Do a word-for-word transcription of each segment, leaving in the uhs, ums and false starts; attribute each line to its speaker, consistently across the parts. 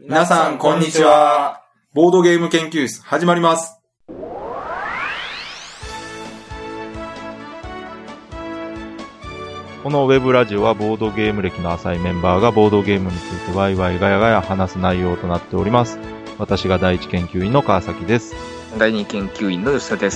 Speaker 1: 皆さん、こんにちは。ボードゲーム研究室、始まります。
Speaker 2: このウェブラジオはボードゲーム歴の浅いメンバーがボードゲームについてワイワイガヤガヤ話す内容となっております。私が第一研究員の川崎です。
Speaker 3: 第二研究員の吉田です。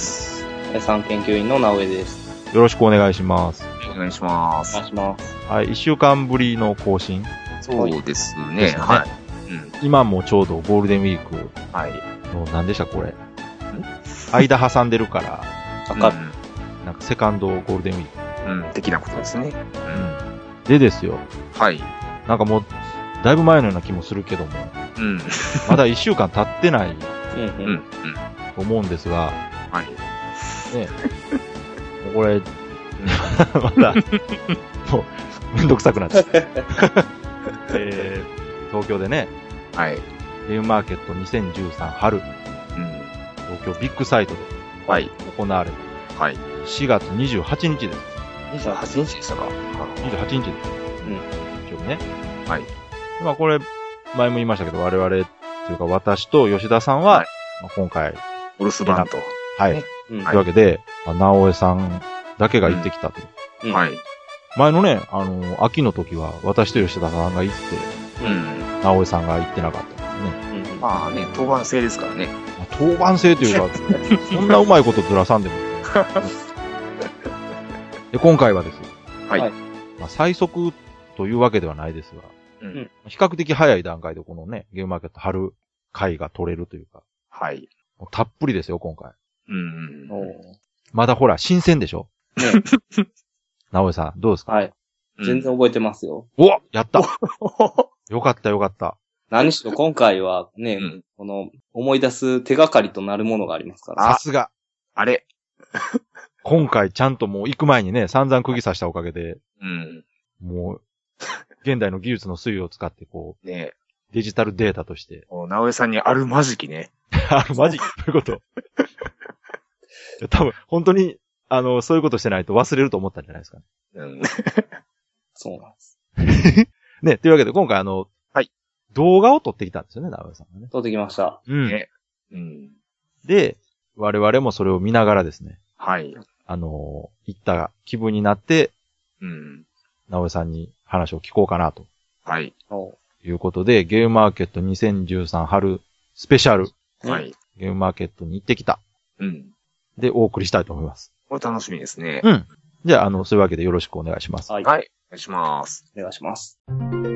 Speaker 4: 第三研究員の直江です。
Speaker 2: よろしくお願いします。
Speaker 3: お願いします。
Speaker 4: お願いします。
Speaker 2: はい、一週間ぶりの更新。
Speaker 3: そうですね。
Speaker 2: ですね
Speaker 3: はい。うん、
Speaker 2: 今もちょうどゴールデンウィーク。
Speaker 3: はい。
Speaker 2: の何でしたこれ。間挟んでるから。
Speaker 4: 赤、うん、
Speaker 2: なんかセカンドゴールデンウィーク。
Speaker 3: うん、的なことですね。
Speaker 2: うん。でですよ。
Speaker 3: はい。
Speaker 2: なんかもう、だいぶ前のような気もするけども。
Speaker 3: うん。
Speaker 2: まだ一週間経ってない。
Speaker 4: うんうん。
Speaker 2: と思うんですが。
Speaker 3: はい。
Speaker 2: ね。これ、まだ、もう、めんどくさくなっちゃった。えー、東京でね。
Speaker 3: はい。
Speaker 2: ゲームマーケットにせんじゅうさん春。うん。東京ビッグサイトで。
Speaker 3: はい。
Speaker 2: 行われた。
Speaker 3: はい。
Speaker 2: しがつにじゅうはちにちです。
Speaker 3: にじゅうはちにちでしたか。
Speaker 2: にじゅうはちにちです。
Speaker 3: うん。
Speaker 2: 今日ね。
Speaker 3: はい。
Speaker 2: まあこれ、前も言いましたけど、我々、というか私と吉田さんは、はい、まあ、今回、
Speaker 3: お留守番と。
Speaker 2: はい。ね、うん、というわけで、まあ、直江さんだけが行ってきたと。
Speaker 3: うん、はい。
Speaker 2: 前のね、あの、秋の時は、私と吉田さんが行って、うん。直江さんが行ってなかったんですね。
Speaker 3: うん。まあね、当番制ですからね。
Speaker 2: まあ、当番制というか、そんなうまいことずらさんでも。で、今回はですよ。
Speaker 3: はい。
Speaker 2: まあ、最速というわけではないですが、うん。比較的早い段階でこのね、ゲームマーケット春回が取れるというか。
Speaker 3: はい。
Speaker 2: もうたっぷりですよ、今回。
Speaker 3: うん。
Speaker 2: まだほら、新鮮でしょね。直江さん、どうですか？
Speaker 4: はい。全然覚えてますよ。
Speaker 2: お、やったよかったよかった。
Speaker 4: 何しろ今回はね、うん、この思い出す手がかりとなるものがありますから。
Speaker 2: さすが。
Speaker 3: あれ
Speaker 2: 今回ちゃんともう行く前にね、散々釘刺したおかげで、
Speaker 3: うん、
Speaker 2: もう、現代の技術の推移を使ってこう、
Speaker 3: ね、
Speaker 2: デジタルデータとして。
Speaker 3: 直江さんにあるまじきね。
Speaker 2: あるまじきどういうこと多分、本当に、あの、そういうことしてないと忘れると思ったんじゃないですかね。
Speaker 3: うん、
Speaker 4: そうなんです。
Speaker 2: ね、というわけで今回あの、
Speaker 3: はい。
Speaker 2: 動画を撮ってきたんですよね、直江さんがね。
Speaker 4: 撮ってきました。
Speaker 2: うん。
Speaker 3: ね、うん。
Speaker 2: で、我々もそれを見ながらですね。
Speaker 3: はい。
Speaker 2: あの、行った気分になって、
Speaker 3: うん。
Speaker 2: 直江さんに話を聞こうかなと。
Speaker 3: はい。
Speaker 2: いうことで、ゲームマーケットにせんじゅうさん春スペシャル。
Speaker 3: はい。
Speaker 2: ゲームマーケットに行ってきた。
Speaker 3: うん。
Speaker 2: で、お送りしたいと思います。
Speaker 3: これ楽しみですね。
Speaker 2: うん。じゃあ、あの、そういうわけでよろしくお願いします。
Speaker 3: はい。はい。お願いします。
Speaker 4: お願いします。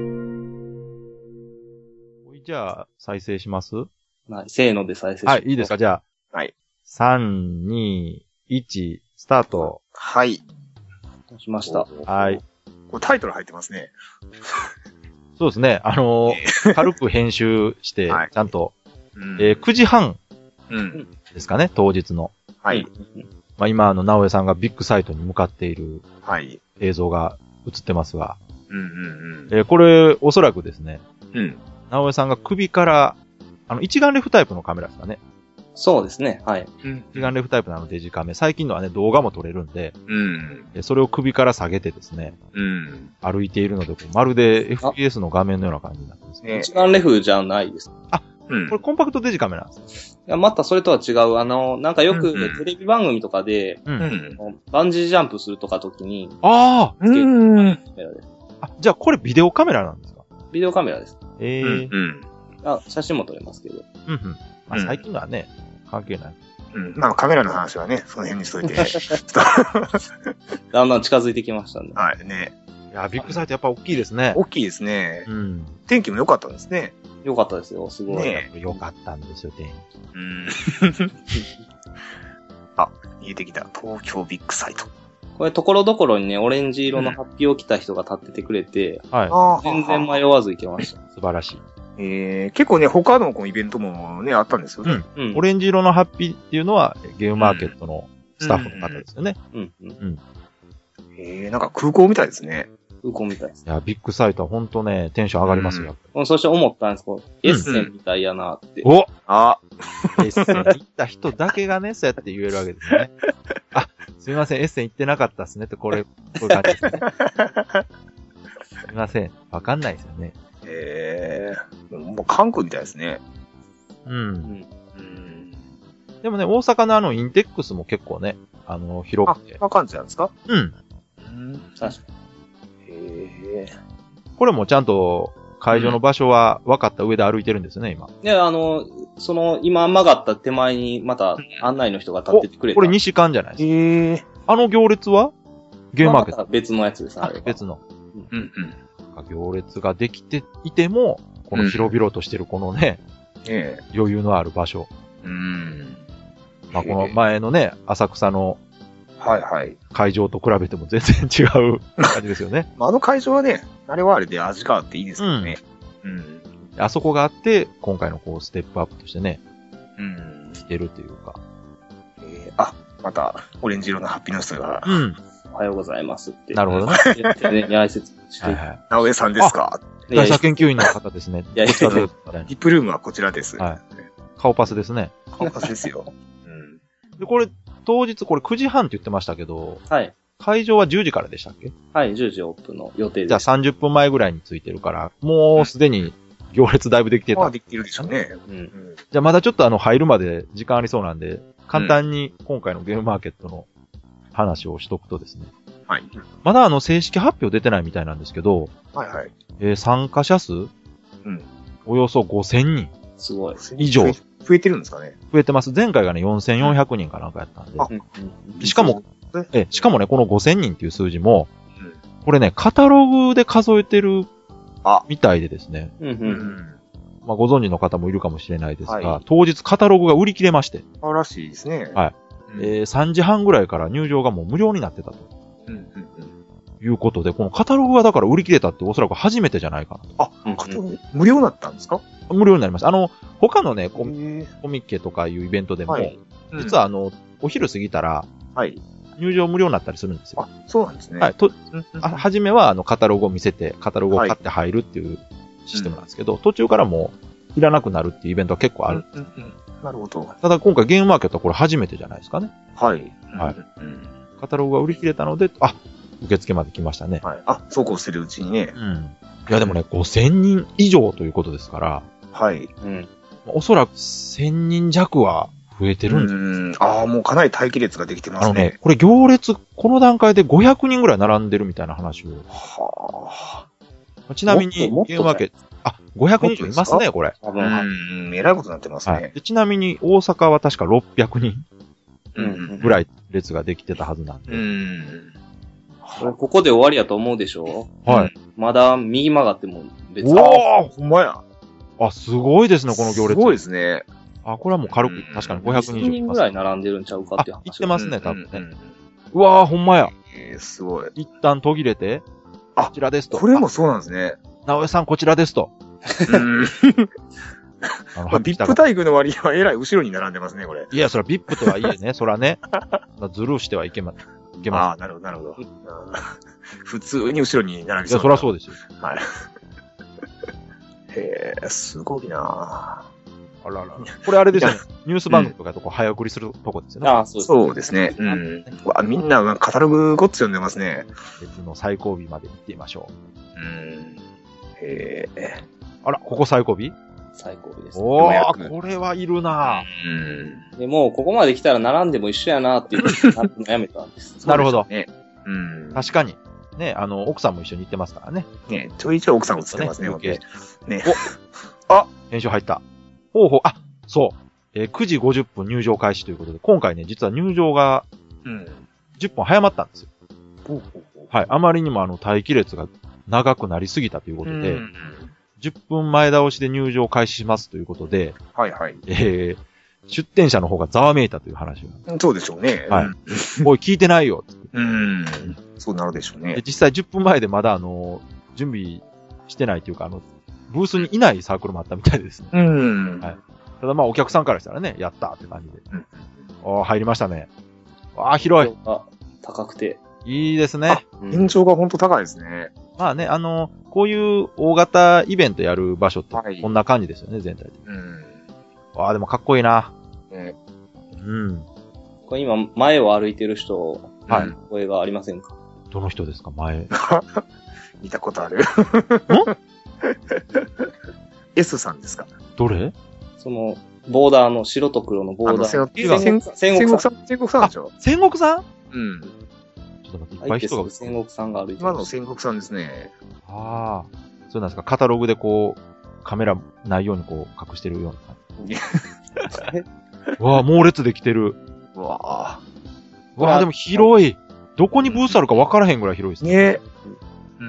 Speaker 2: じゃあ、再生します？
Speaker 4: はい。せーので再生し
Speaker 2: ます。はい、いいですか？じゃ
Speaker 3: あ。はい。
Speaker 2: さん、に、いち、スタート。
Speaker 3: はい。
Speaker 4: しました。
Speaker 2: はい。
Speaker 3: これタイトル入ってますね。
Speaker 2: そうですね。あのー、軽く編集して、ちゃんと、
Speaker 3: はい、
Speaker 2: えー、くじはん
Speaker 3: うん。
Speaker 2: ですかね、当日の。
Speaker 3: はい。
Speaker 2: まあ、今、あの、直江さんがビッグサイトに向かっている、
Speaker 3: はい。
Speaker 2: 映像が映ってますが。
Speaker 3: うんうんうん。
Speaker 2: えー、これ、おそらくですね。
Speaker 3: うん。
Speaker 2: 直江さんが首から、あの、一眼レフタイプのカメラですかね。
Speaker 4: そうですね。はい。
Speaker 2: 一眼レフタイプのあのデジカメ。最近のはね、動画も撮れるんで。
Speaker 3: うん。
Speaker 2: それを首から下げてですね。
Speaker 3: うん。
Speaker 2: 歩いているので、まるで エフピーエス の画面のような感じになってますね。
Speaker 4: 一眼レフじゃないです。
Speaker 2: あ、うん、これコンパクトデジカメなんです
Speaker 4: よ。いや、またそれとは違う。あの、なんかよく、ね、うんうん、テレビ番組とかで、うん、バンジージャンプするとか時に、
Speaker 2: ああ、
Speaker 4: うん。カメラです。
Speaker 2: あ、じゃあこれビデオカメラなんですか？
Speaker 4: ビデオカメラです。
Speaker 2: ええー。
Speaker 3: うん。
Speaker 4: あ、写真も撮れますけど。
Speaker 2: うんうん。まあ、最近はね、関係ない。
Speaker 3: うん。まあカメラの話はね、その辺にしといて。
Speaker 4: だんだん近づいてきましたね。
Speaker 3: はいね。
Speaker 2: いや、ビッグサイトやっぱ大きいですね。
Speaker 3: 大きいですね。
Speaker 2: うん。
Speaker 3: 天気も良かったんですね。
Speaker 4: 良かったですよ、すごい。
Speaker 2: ね良かったんですよ、天気。
Speaker 3: うん。あ、見えてきた。東京ビッグサイト。
Speaker 4: これ、ところどころにね、オレンジ色のハッピーを着た人が立っててくれて、
Speaker 2: うん、は
Speaker 4: い。全然迷わず行けました。
Speaker 2: 素晴らしい。
Speaker 3: えー、結構ね、他のこのイベントもね、あったんですよね。
Speaker 2: うん。オレンジ色のハッピーっていうのは、ゲームマーケットのスタッフの方ですよね。
Speaker 4: うん。うん。うん。
Speaker 3: えー、なんか空港みたいですね。
Speaker 4: 空港みたいです。
Speaker 2: いや、ビッグサイトはほんとね、テンション上がりますよ。
Speaker 4: うん、そして思ったんですけど、エッセンみたいやなって。
Speaker 2: お
Speaker 3: あ
Speaker 2: エッセン行った人だけがね、そうやって言えるわけですね。あ、すみません、エッセン行ってなかったっすねって、これ、こういう感じですね。すみません、わかんないですよね。
Speaker 3: いへえ。もう韓国みたいですね。
Speaker 2: うん。うん。
Speaker 3: うん。
Speaker 2: でもね、大阪のあの、インテックスも結構ね、あの、広くて。
Speaker 3: あ、そんな感じなんですか？
Speaker 2: うん。
Speaker 3: うん。
Speaker 4: 確か
Speaker 3: に。へえ。
Speaker 2: これもちゃんと、会場の場所は分かった上で歩いてるんですね、今。
Speaker 4: で、あの、その、今曲がった手前にまた案内の人が立っててくれた。
Speaker 2: これ西館じゃないですか。
Speaker 3: へえ。
Speaker 2: あの行列はゲームマーケット。
Speaker 4: また別のやつですね、あれは。
Speaker 2: 別の。
Speaker 3: うんうん。
Speaker 2: 行列ができていても、この広々としてるこのね、
Speaker 3: ええ。
Speaker 2: 余裕のある場所。
Speaker 3: うん。
Speaker 2: まあ、この前のね、浅草の
Speaker 3: はいはい。
Speaker 2: 会場と比べても全然違う感じですよね。
Speaker 3: あの会場はね、あれはあれで味があっていいですよね。うん。うん、
Speaker 2: あそこがあって、今回のこう、ステップアップとしてね、
Speaker 3: うん。
Speaker 2: してるというか。
Speaker 3: えー、あ、また、オレンジ色のハッピーの人が。
Speaker 2: うん。
Speaker 4: おはようございますって。
Speaker 2: なるほどね。
Speaker 4: 言ってね、挨拶して。
Speaker 2: はいはい。
Speaker 3: 直江さんですか？
Speaker 2: 会社研究員の方ですね。
Speaker 4: いやいや、
Speaker 3: リップルームはこちらです。
Speaker 2: はい。顔パスですね。
Speaker 3: 顔パスですよ。
Speaker 2: うん。で、これ、当日これくじはんって言ってましたけど、
Speaker 4: はい。
Speaker 2: 会場はじゅうじからでしたっけ？
Speaker 4: はい、じゅうじオープンの予定です。
Speaker 2: じゃあさんじゅっぷんまえぐらいについてるから、もうすでに行列だいぶできてた。
Speaker 3: まあできてるでしょうね。
Speaker 4: うん。
Speaker 2: じゃあまだちょっとあの入るまで時間ありそうなんで、簡単に今回のゲームマーケットの話をしとくとですね。
Speaker 3: はい。
Speaker 2: まだあの正式発表出てないみたいなんですけど、
Speaker 3: はいはい。
Speaker 2: えー、参加者数、
Speaker 3: うん、
Speaker 2: およそごせんにん。
Speaker 4: すごい。
Speaker 2: 以上。
Speaker 3: 増えてるんですかね？
Speaker 2: 増えてます。前回がね、よんせんよんひゃくにんかなんかやったんで。
Speaker 3: あ、
Speaker 2: しかも、え、しかもね、このごせんにんっていう数字も、
Speaker 3: うん、
Speaker 2: これね、カタログで数えてるみたいでですね。
Speaker 4: うんうん、
Speaker 2: まあ、ご存知の方もいるかもしれないですが、
Speaker 3: はい、
Speaker 2: 当日カタログが売り切れまして。
Speaker 3: あらしいですね。
Speaker 2: はい。うん、えー、さんじはんぐらいから入場がもう無料になってたと。うんうんうん、いうことで、このカタログがだから売り切れたっておそらく初めてじゃないかなと。
Speaker 3: あ、カタログ無料になったんですか？
Speaker 2: 無料になりました。あの、他のね、コミコミッケとかいうイベントでも、はいうん、実はあの、お昼過ぎたら、はい。入場無料になったりするんですよ。
Speaker 3: あ、そうなんですね。
Speaker 2: はい。と、あはじめはあの、カタログを見せて、カタログを買って入るっていうシステムなんですけど、はい、途中からもう、いらなくなるっていうイベントは結構ある。うんうんうん、
Speaker 3: なるほど。
Speaker 2: ただ今回ゲームマーケットはこれ初めてじゃないですかね。
Speaker 3: はい。
Speaker 2: はい。うん、カタログが売り切れたので、あ、受付まで来ましたね。
Speaker 3: はい。あ、そうこうしてるうちにね。
Speaker 2: うん。いやでもね、ごせんにん以上ということですから。
Speaker 3: はい。うん。
Speaker 2: おそらくせんにん弱は増えてるんです。
Speaker 3: うん。ああ、もうかなり待機列ができてますね。
Speaker 2: あのね、これ行列、この段階でごひゃくにんぐらい並んでるみたいな話を。はあ。ちなみに、ゲームマーケット、あ、ごひゃくにん以上いますね、これ。
Speaker 3: うん、えらいことになってますね。はい、
Speaker 2: でちなみに、大阪は確かろっぴゃくにんぐらい列ができてたはずなんで。うん。
Speaker 4: ここで終わりやと思うでしょ？
Speaker 2: はい。
Speaker 4: まだ右曲がっても別に。
Speaker 3: うわー、ほんまや。
Speaker 2: あ、すごいですね、この行列。
Speaker 3: すごいですね。
Speaker 2: あ、これはもう軽く、確かにごひゃくにん以上います。
Speaker 4: ぐらい並んでるんちゃうかって話。
Speaker 2: あ、行ってますね、多分ね。うわー、ほんまや。
Speaker 3: えー、すごい。
Speaker 2: 一旦途切れて、
Speaker 3: あ、
Speaker 2: こちらですと。
Speaker 3: これもそうなんですね。
Speaker 2: 直江さん、こちらですと。
Speaker 3: うん。あの、ビップ 待遇の割はえらい後ろに並んでますね、これ。
Speaker 2: いや、そら ビップ とはいえね、そらね、ズルーしてはいけま、いけません。
Speaker 3: ああ、なるほど、なるほど。普通に後ろに並びそう。
Speaker 2: いや、そらそうですよ。
Speaker 3: はい。へえ、すごいな
Speaker 2: あらら。これあれですよね。ニュース番組とかとこ早送りするとこですよね。
Speaker 3: ああ、そうですね。そうですね。うん。わ、みんなカタログごっつ読んでますね。
Speaker 2: 別の最後尾まで行ってみましょ
Speaker 3: う。うん。へえ。
Speaker 2: あら、ここ最後尾？
Speaker 4: 最後尾ですね。
Speaker 2: おー、これはいるな
Speaker 4: うん。でも、ここまで来たら並んでも一緒やなっていうのやめたんです。
Speaker 2: なるほど。
Speaker 3: ね。うん。
Speaker 2: 確かに。ね、あの、奥さんも一緒に行ってますからね。
Speaker 3: ね、ちょいちょい奥さんも映ってますね、
Speaker 2: ね。
Speaker 3: ね。
Speaker 2: おあ編集入った。ほうほう、あ、そう。えー、くじごじゅっぷん入場開始ということで、今回ね、実は入場が、うん。じゅっぷん早まったんですよ。ほうほうほう。はい。あまりにもあの、待機列が長くなりすぎたということで、うん、じゅっぷんまえ倒しで入場開始しますということで、
Speaker 3: はいはい。
Speaker 2: えー、出店者の方がざわめいたという話
Speaker 3: を。そうでしょうね。
Speaker 2: はい。おい、聞いてないよ。
Speaker 3: うん。そうなるでしょうね。
Speaker 2: で、実際じゅっぷんまえでまだあの、準備してないというか、あの、ブースにいないサークルもあったみたいですね。うん。はい。ただまあお客さんからしたらね、やったーって感じで。うん。ああ、入りましたね。ああ、広い。
Speaker 4: 高くて。
Speaker 2: いいですね。
Speaker 3: 天井がほんと高いですね。
Speaker 2: まあね、あの、こういう大型イベントやる場所ってこんな感じですよね、全体で。うん。ああ、でもかっこいいな。
Speaker 3: ね。
Speaker 2: うん。
Speaker 4: これ今、前を歩いてる人、はい。声がありませんか？
Speaker 2: どの人ですか、前。
Speaker 3: 見たことある。
Speaker 2: ん
Speaker 3: S さんですか？
Speaker 2: どれ？
Speaker 4: その、ボーダーの、白と黒のボーダー。
Speaker 3: 戦国さん。戦国さんでしょ？
Speaker 2: 戦国さん？
Speaker 3: うん。
Speaker 2: ちょっと待って、いっぱい人が。
Speaker 4: 戦国さんが歩いて
Speaker 3: 今の戦国さんですね。
Speaker 2: ああ。そうなんですか。カタログでこう、カメラないようにこう隠してるような。うわあ、猛烈できてる。
Speaker 3: うわあ。
Speaker 2: うわあ、でも広い。どこにブースあるか分からへんぐらい広いですね。
Speaker 3: ね。うん。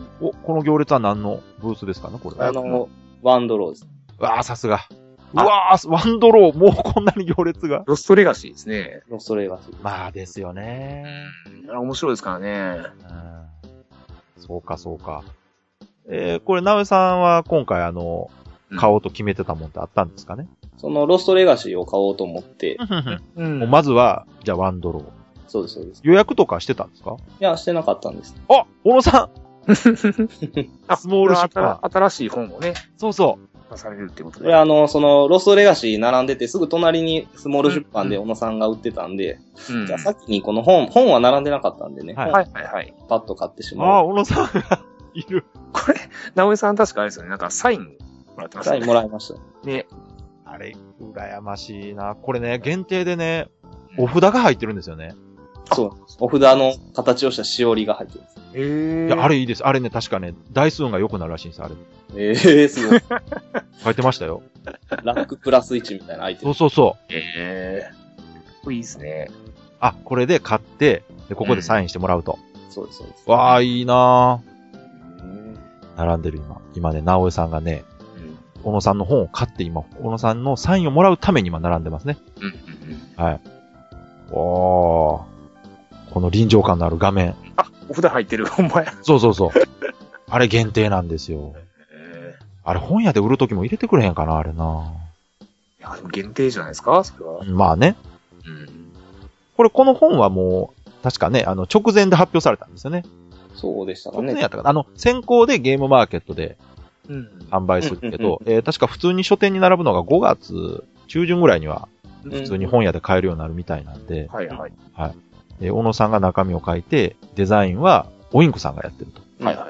Speaker 2: お、この行列は何のブースですかね、これ。
Speaker 4: あの、ワンドローです。
Speaker 2: うわあ、さすが。うわあ、ワンドロー、もうこんなに行列が。
Speaker 3: ロストレガシーですね。
Speaker 4: ロストレガシー。
Speaker 2: まあですよね。
Speaker 3: うん。面白いですからね。
Speaker 2: うん。そうか、そうか。えー、これ、直江さんは今回あの、買おうと決めてたもんってあったんですかね？
Speaker 4: そのロストレガシーを買おうと思って。
Speaker 2: うん、もうまずは、じゃあワンドロー。
Speaker 4: そうです、そうです。
Speaker 2: 予約とかしてたんですか？
Speaker 4: いや、してなかったんです。
Speaker 2: あ、小野さんスモール出版。
Speaker 3: 新しい本をね。
Speaker 2: そうそう。
Speaker 3: 出されるってことで。
Speaker 4: これあの、その、ロストレガシー並んでて、すぐ隣にスモール出版で小野さんが売ってたんで、うん、じゃあ先にこの本、本は並んでなかったんでね。
Speaker 2: はい、
Speaker 3: はい、はい。
Speaker 4: パッと買ってしまう。
Speaker 2: ああ、小野さんがいる。
Speaker 3: これ、直江さん確かあれですよね。なんかサインもらってましたね。
Speaker 4: サインもらいました。
Speaker 3: ね。
Speaker 2: あれ、羨ましいな。これね、限定でね、お札が入ってるんですよね。
Speaker 4: そう。お札の形をしたしおりが入ってるんです。
Speaker 3: えー。
Speaker 2: いや、あれいいです。あれね、確かね、台数が良くなるらしいんです、あれ。
Speaker 4: ええー、すごい。
Speaker 2: 書いてましたよ。
Speaker 4: ラックプラスいちみたいなアイテム。
Speaker 2: そうそうそう。
Speaker 3: ええー。いいですね。
Speaker 2: あ、これで買って、で、ここでサインしてもらうと。
Speaker 4: うん、そうです、そうです。
Speaker 2: わあ、いいなぁ。並んでる今。今ね、直江さんがね、小野さんの本を買って今、小野さんのサインをもらうために今並んでますね。
Speaker 3: うんうん
Speaker 2: うん、はい。おー。この臨場感のある画面。
Speaker 3: あ、お札入ってる、ほんまや。
Speaker 2: そうそうそう。あれ限定なんですよ。えー、あれ本屋で売るときも入れてくれへんかな、あれな。
Speaker 3: いや、でも限定じゃないですか、それは。
Speaker 2: まあね。
Speaker 3: うん。
Speaker 2: これ、この本はもう、確かね、あの、直前で発表されたんですよね。
Speaker 4: そうでしたかね。
Speaker 2: 直前やったかな。あの、先行でゲームマーケットで、
Speaker 3: うん、
Speaker 2: 販売するけど、うんうんうん、えー、確か普通に書店に並ぶのがごがつ中旬ぐらいには、普通に本屋で買えるようになるみたいなんで、
Speaker 3: はいはい。
Speaker 2: はい。えー、小野さんが中身を書いて、デザインは、オインクさんがやってると。
Speaker 3: はいはい。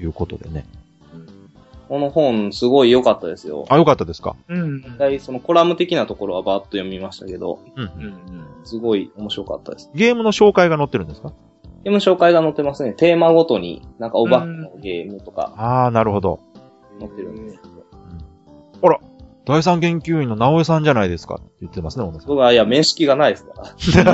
Speaker 2: いうことでね。
Speaker 4: うん、この本、すごい良かったですよ。
Speaker 2: あ、良かったですか？
Speaker 3: うん。
Speaker 4: 一体そのコラム的なところはバーッと読みましたけど、
Speaker 2: うん。うん
Speaker 4: うん、すごい面白かったです。
Speaker 2: ゲームの紹介が載ってるんですか？
Speaker 4: ゲーム紹介が載ってますね。テーマごとに、なんかお化けのゲームとか。
Speaker 2: ああ、なるほど。
Speaker 4: 載ってるんですけど。
Speaker 2: うん、あら、第三研究員の直江さんじゃないですかって言ってますね、小野さん。
Speaker 4: 僕は、いや、面識がないですから。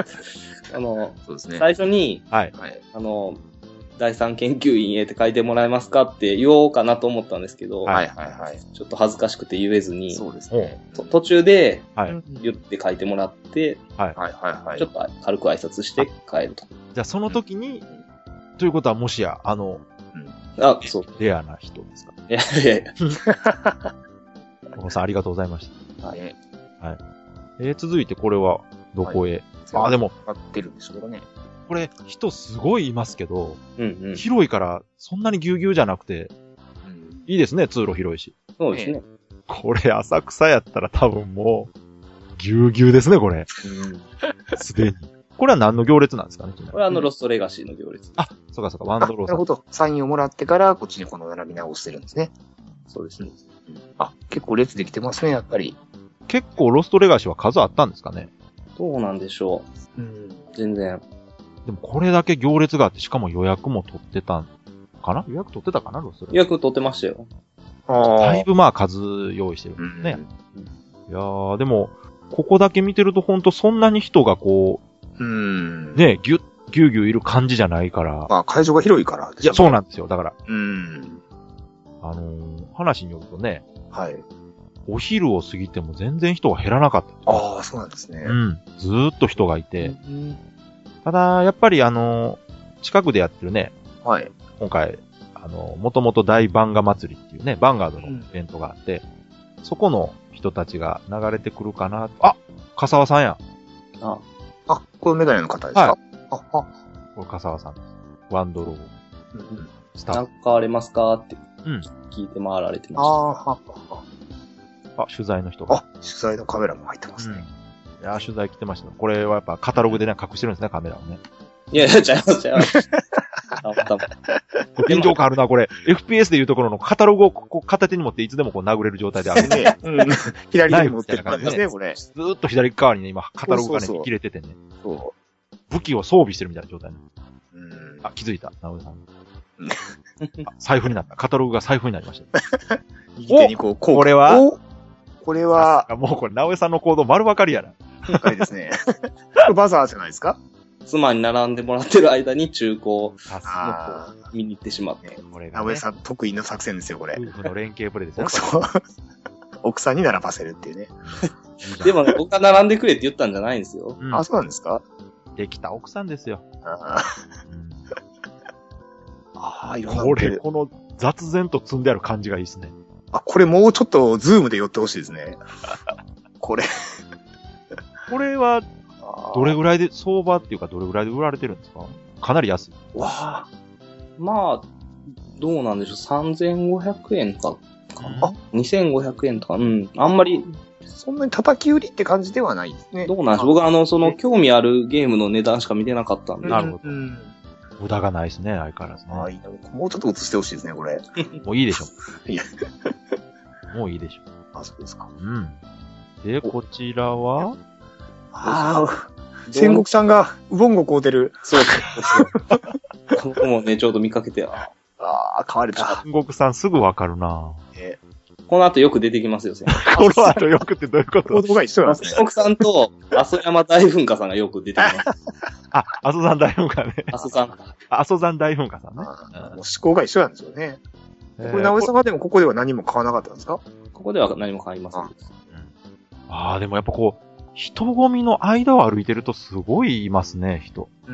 Speaker 4: あの、
Speaker 3: そうですね。
Speaker 4: 最初に、
Speaker 2: はい。
Speaker 4: あの、第三研究員へって書いてもらえますかって言おうかなと思ったんですけど、
Speaker 3: はいはいはい。
Speaker 4: ちょっと恥ずかしくて言えずに、
Speaker 3: そうですね。
Speaker 4: 途中で、
Speaker 2: はい。
Speaker 4: 言って書いてもらって、
Speaker 2: はい
Speaker 3: はいはいはい。
Speaker 4: ちょっと軽く挨拶して帰ると。
Speaker 2: じゃあその時に、ということはもしや、あの、
Speaker 4: うん、あ、そう。
Speaker 2: レアな人ですか？
Speaker 4: いやいやいや。
Speaker 2: 小野さんありがとうございました。
Speaker 3: はい。
Speaker 2: はい。えー、続いてこれは、どこへ、はい、あ、でも、
Speaker 3: 買ってるんでしょうかね。
Speaker 2: これ、人すごいいますけど、
Speaker 4: うんうん、
Speaker 2: 広いから、そんなにぎゅうぎゅうじゃなくて、うん、いいですね、通路広いし。
Speaker 4: そうですね。
Speaker 2: これ、浅草やったら多分もう、ぎゅうぎゅうですね、これ。すでに。これは何の行列なんですかね？
Speaker 4: これはあの、ロストレガシーの行列。
Speaker 2: あ、そうかそうか、ワンドローさん。
Speaker 3: なるほど。サインをもらってから、こっちにこの並び直してるんですね。
Speaker 4: そうですね。
Speaker 3: うん、あ、結構列できてますね、やっぱり。
Speaker 2: 結構ロストレガシーは数あったんですかね？
Speaker 4: どうなんでしょう。うん。全然。
Speaker 2: でもこれだけ行列があって、しかも予約も取ってたんかな？予約取ってたかな？ロストレガシー。
Speaker 4: 予約取ってましたよ。
Speaker 2: だいぶまあ数用意してるんですね。うん、いやー、でも、ここだけ見てるとほんとそんなに人がこう、
Speaker 3: うん。
Speaker 2: ね、ぎゅっ、ぎゅうぎゅういる感じじゃないから。
Speaker 3: まあ会場が広いから
Speaker 2: です、ね。いや、そうなんですよ。だから。
Speaker 3: うん。
Speaker 2: あのー、話によるとね。
Speaker 3: はい。
Speaker 2: お昼を過ぎても全然人が減らなかった。
Speaker 3: ああ、そうなんですね。
Speaker 2: うん。ずーっと人がいて。うん、ただ、やっぱりあのー、近くでやってるね。
Speaker 3: はい。
Speaker 2: 今回、あのー、もともと大バンガ祭りっていうね、バンガードのイベントがあって、うん、そこの人たちが流れてくるかな。あ、笠輪さんや。
Speaker 4: あ、
Speaker 3: あ、このメガネの方ですか？はい。あ、あ、
Speaker 2: これ笠輪さんです。ワンドロー。
Speaker 4: うんうん。スタッフ。なんか買われますかって。うん。聞いて回られてました。ああ、はは
Speaker 2: は。あ、取材の人が。
Speaker 3: あ、取材のカメラも入ってますね。
Speaker 2: うん、いや、取材来てました。これはやっぱカタログでね、隠してるんですね、カメラをね。
Speaker 4: いやいや、ちゃいます、ちゃいます。たまたま。
Speaker 2: 臨場感あるな、これ。エフピーエス でいうところのカタログをこう片手に持っていつでもこう殴れる状態であるね。
Speaker 3: うん。左手に持ってる感じですね、これ。
Speaker 2: ずーっと左側にね、今、カタログがね、見切れててね。
Speaker 3: そう。
Speaker 2: 武器を装備してるみたいな状態ね。
Speaker 3: うん。
Speaker 2: あ、気づいた、直江さん。財布になった。カタログが財布になりました。
Speaker 3: 右手にこう、こう。
Speaker 2: これは
Speaker 3: これは、
Speaker 2: もうこれ、直江さんの行動丸分かりやな。
Speaker 3: 今回ですね。バザーじゃないですか？
Speaker 4: 妻に並んでもらってる間に中古を見に行ってしまって。
Speaker 3: これが、ね、直江さん得意の作戦ですよ、これ。
Speaker 2: 夫婦の連携プレイですね。
Speaker 3: そう。奥さんに並ばせるっていうね。
Speaker 4: でもね、僕が並んでくれって言ったんじゃないんですよ。
Speaker 3: うん、あ、そうなんですか？
Speaker 2: できた奥さんですよ。
Speaker 3: あ、うん、あ、いろんな。
Speaker 2: これ、この雑然と積んである感じがいいですね。
Speaker 3: あ、これもうちょっとズームで寄ってほしいですね。これ。
Speaker 2: これは、どれぐらいで、相場っていうかどれぐらいで売られてるんですか？かなり安い。
Speaker 4: わあ。まあ、どうなんでしょう。さんぜんごひゃくえんか。あ、にせんごひゃくえんとか。うん。あんまり。
Speaker 3: そんなに叩き売りって感じではないですね。
Speaker 4: どうなんでしょう。僕はあの、その、興味あるゲームの値段しか見てなかったんで。
Speaker 2: なるほど。うん、無駄がないですね、相変わらずね。
Speaker 3: はい。もうちょっと映してほしいですね、これ。
Speaker 2: もういいでしょ。
Speaker 3: いや。
Speaker 2: もういいでしょ。
Speaker 3: あ、そうですか。
Speaker 2: うん。で、こちらは
Speaker 3: ああ、戦国さんがウボンゴ買うてる。
Speaker 4: そうそう。ここもね、ちょうど見かけて、あ
Speaker 3: あ、買われた。
Speaker 2: 戦国さんすぐわかるな
Speaker 4: えこの後よく出てきますよ、
Speaker 2: この後よくってどういうこと？
Speaker 3: 行動が一緒なんですね。
Speaker 4: 戦国さんと、阿蘇山大噴火さんがよく出てきます。
Speaker 2: あ、阿蘇山大噴火ね。
Speaker 4: 阿蘇山。
Speaker 2: 阿蘇山大噴火さんね。
Speaker 3: もう思考が一緒なんですよね。これ、直江さんはでもここでは何も買わなかったんですか？
Speaker 4: ここでは何も買いません。
Speaker 2: ああ、でもやっぱこう、人混みの間を歩いてるとすごいいますね、人。
Speaker 3: うん。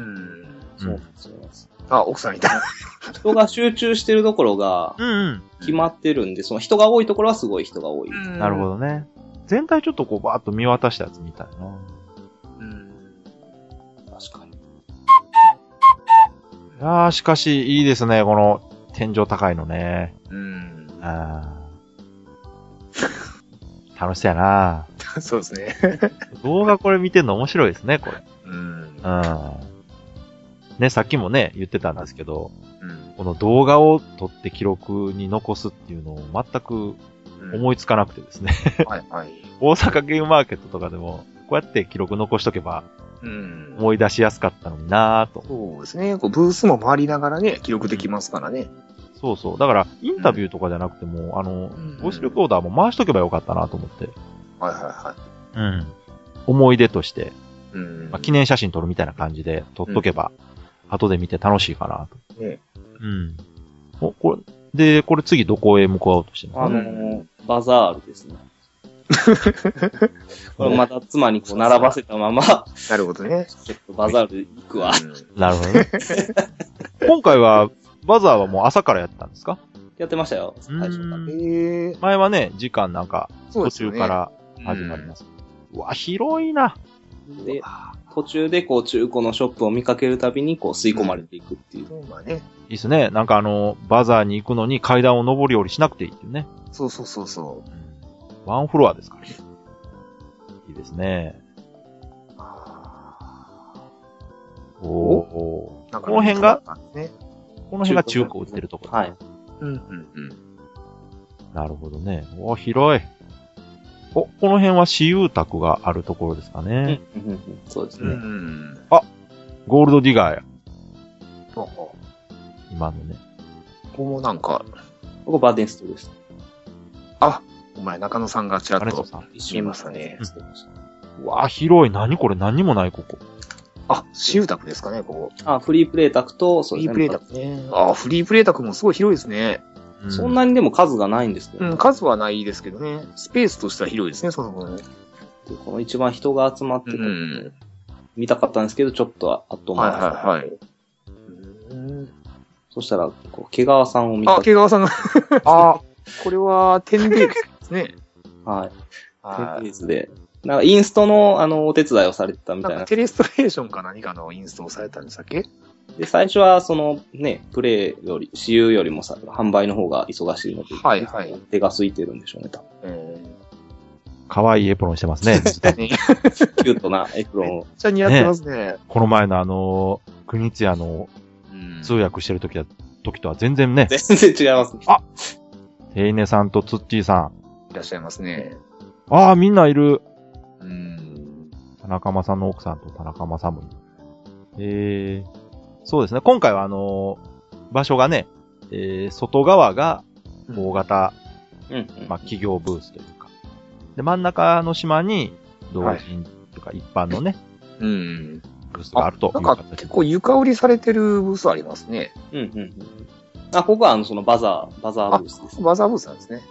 Speaker 4: そうそうです。
Speaker 3: あ、奥さんいた。
Speaker 4: 人が集中してるところが、決まってるんで、その人が多いところはすごい人が多い。
Speaker 2: なるほどね。全体ちょっとこうバーッと見渡したやつみたいな。
Speaker 3: うん。
Speaker 4: 確かに。い
Speaker 2: やー、しかしいいですね、この天井高いのね。
Speaker 3: うん。
Speaker 2: あ楽しそうやな
Speaker 3: そうですね。
Speaker 2: 動画これ見てんの面白いですね、これ。
Speaker 3: うん。
Speaker 2: うん。ね、さっきもね、言ってたんですけど、
Speaker 3: うん、
Speaker 2: この動画を撮って記録に残すっていうのを全く思いつかなくてですね。
Speaker 3: うん、はいはい。
Speaker 2: 大阪ゲームマーケットとかでも、こうやって記録残しとけば、
Speaker 3: うん、
Speaker 2: 思い出しやすかったのになぁと。
Speaker 3: そうですね。こうブースも回りながらね、記録できますからね。
Speaker 2: そうそう。だから、インタビューとかじゃなくても、うん、あの、ボイスレコーダーも回しとけばよかったなと思って。
Speaker 3: はいはいはい。
Speaker 2: うん。思い出として、
Speaker 3: うん、
Speaker 2: まあ、記念写真撮るみたいな感じで撮っとけば、うん、後で見て楽しいかなと。
Speaker 3: ね、
Speaker 2: うん。お、これ、で、これ次どこへ向かおうとしてますか？
Speaker 4: あのー、バザールですね。これまた妻にこう並ばせたまま。
Speaker 3: なるほどね。
Speaker 4: ちょっとバザール行くわ。
Speaker 2: うん、なるほどね。今回は、バザーはもう朝からやったんですか？
Speaker 4: やってましたよ、最初から。
Speaker 3: へー。
Speaker 2: 前はね、時間なんか、途中から始まります。う, ね、うわ、広いな。
Speaker 4: で、途中でこう中古のショップを見かけるたびにこう吸い込まれていくっていう。
Speaker 3: うん、まあね。
Speaker 2: いいっすね。なんかあの、バザーに行くのに階段を上り下りしなくていいっていうね。
Speaker 3: そうそうそうそう。
Speaker 2: うん、ワンフロアですからね。いいですね。おお。この辺が、
Speaker 3: ね、
Speaker 2: この辺が中古売ってるところ。
Speaker 4: はい。
Speaker 3: うんうんうん。
Speaker 2: なるほどね。お、広い。お、この辺は私有宅があるところですかね。
Speaker 4: うんうんうん、そうですね。うん、
Speaker 2: あ、ゴールドディガーや。
Speaker 3: あ
Speaker 2: 今のね。
Speaker 3: ここもなんか、
Speaker 4: ここバーデンストです。
Speaker 3: あ、お前中野さんがちらっと見えましたね。
Speaker 2: うん、うわ、広い。何これ何にもない、ここ。
Speaker 3: あ、私有宅ですかね、ここ。
Speaker 4: あ、フリープレイ宅と、
Speaker 3: そうですね。フリープレイ宅ね。あ、フリープレイ宅もすごい広いですね。
Speaker 4: うん、そんなにでも数がないんですけど、
Speaker 3: ね。うん、数はないですけどね。スペースとしては広いですね、その分。
Speaker 4: この一番人が集まってる、うん、見たかったんですけど、ちょっと後回し。
Speaker 3: はいはいはい。
Speaker 4: うん、そしたら、こう、毛川さんを見た。
Speaker 3: あ、毛川さんが。あ、これは、テンデイズですね。
Speaker 4: はい。テンデイズで。なんかインストの、あの、お手伝いをされてたみたいな。
Speaker 3: なんかテレストレーションか何かのインストをされたんでしたっけ？
Speaker 4: で、最初は、その、ね、プレイより、私有よりもさ、販売の方が忙しいので、
Speaker 3: はいはい。
Speaker 4: 手が空いてるんでしょうね、多分。
Speaker 3: えー、
Speaker 2: かわいいエプロンしてますね。
Speaker 4: キュートなエプロンを。
Speaker 3: めっちゃ似合ってますね。
Speaker 2: ね、この前のあの、国津屋の通訳してるときは、 時とは全然ね。
Speaker 4: 全然違いますね。
Speaker 2: あテイネさんとツッチーさ
Speaker 3: いらっしゃいますね。
Speaker 2: ん。ああ、みんないる。
Speaker 3: うん。
Speaker 2: 田中間さんの奥さんと田中間さんもいる。えー、そうですね。今回はあのー、場所がね、えー、外側が大型、
Speaker 4: うんうん
Speaker 2: まあ、企業ブースというか。で、真ん中の島に、同人というか一般のね、
Speaker 3: うん。
Speaker 2: ブースがあるという
Speaker 3: なんか
Speaker 2: 形
Speaker 3: 結構床売りされてるブースありますね。
Speaker 4: うんうんうん。あ、ここはあの、そのバザー、バザーブースです。
Speaker 3: バザーブースなんですね。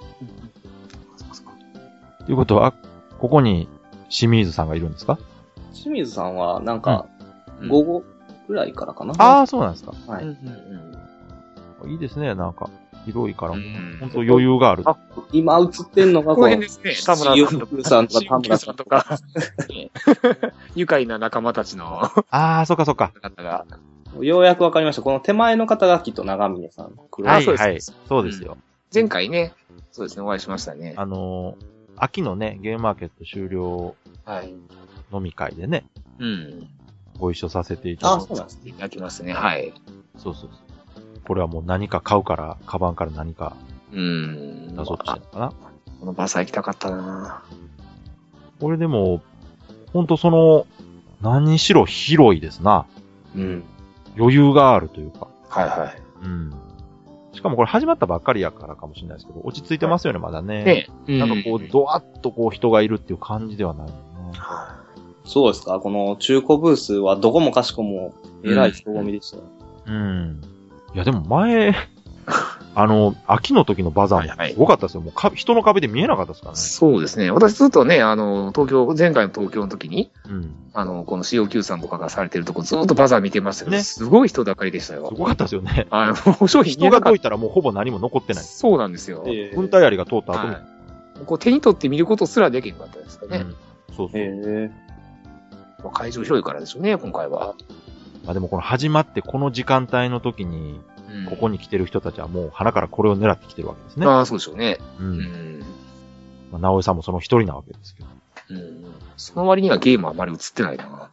Speaker 2: ということは、ここに清水さんがいるんですか？
Speaker 4: 清水さんは、なんか、
Speaker 3: うん
Speaker 4: 午後ぐらいからかな。
Speaker 2: ああ、そうなんですか。
Speaker 4: はい。
Speaker 3: うんうんうん。
Speaker 2: いいですね、なんか。広いから、
Speaker 3: うん
Speaker 2: 本当余裕がある。
Speaker 3: あ
Speaker 4: 今映ってんのが、
Speaker 3: この辺ですね。田村
Speaker 4: ヨーさんとか田村
Speaker 3: さんとか、愉快な仲間たちの
Speaker 2: ああ、そっかそっか。
Speaker 3: 方が。
Speaker 4: ようやくわかりました。この手前の肩書きと長峰さん。黒い
Speaker 3: あ
Speaker 2: はいはい。
Speaker 3: そうです
Speaker 2: そうですよ。
Speaker 3: 前回ね、そうですね、お会いしましたね。
Speaker 2: あのー、秋のね、ゲームマーケット終了
Speaker 3: はい。
Speaker 2: 飲み会でね、
Speaker 3: うん。
Speaker 2: ご一緒させていただ
Speaker 4: あ、
Speaker 2: いて。
Speaker 4: そうなんですね。
Speaker 3: いただきますね、はい。
Speaker 2: そうそうそう。これはもう何か買うから、カバンから何か
Speaker 3: うん。
Speaker 2: 出そうとしてるのかな。
Speaker 3: このバサ行きたかったな
Speaker 2: これでも、ほんとその、何にしろ広いですな。
Speaker 4: うん。
Speaker 2: 余裕があるというか。
Speaker 3: はいはい。
Speaker 2: うん。しかもこれ始まったばっかりやからかもしれないですけど、落ち着いてますよね、まだね。
Speaker 3: ねえ。
Speaker 2: なんかこう、ドワッとこう人がいるっていう感じではないよね。
Speaker 4: そうですか。この中古ブースはどこもかしこも、えらい人混みでしたよ。
Speaker 2: うん。いやでも前、あの、秋の時のバザーもすごかったですよ。もうか人の壁で見えなかったですからね。
Speaker 3: そうですね。私ずっとね、あの、東京、前回の東京の時に、
Speaker 2: うん。
Speaker 3: あの、この シーオーキュー さんとかがされてるとこずっとバザー見てましたけど、
Speaker 2: ね
Speaker 3: すごい人だかりでしたよ。
Speaker 2: すごかったですよね。
Speaker 3: あの、商品
Speaker 2: 人がどいたらもうほぼ何も残ってない。
Speaker 3: そうなんですよ。
Speaker 4: ええ
Speaker 2: 軍隊槍が通った後に。
Speaker 3: はい。こう手に取って見ることすらできなかったですかね。
Speaker 2: うん。そうそう。
Speaker 4: へえ。
Speaker 3: まあ会場広いからでしょうね、今回は。
Speaker 2: まあでもこの始まってこの時間帯の時に、
Speaker 3: うん
Speaker 2: ここに来てる人たちはもう鼻からこれを狙ってきてるわけですね。
Speaker 3: ああ、そうでしょうね。
Speaker 2: う。
Speaker 3: うんん。
Speaker 2: まあ、直江さんもその一人なわけですけど。
Speaker 3: うん。その割にはゲームはあまり映ってないな。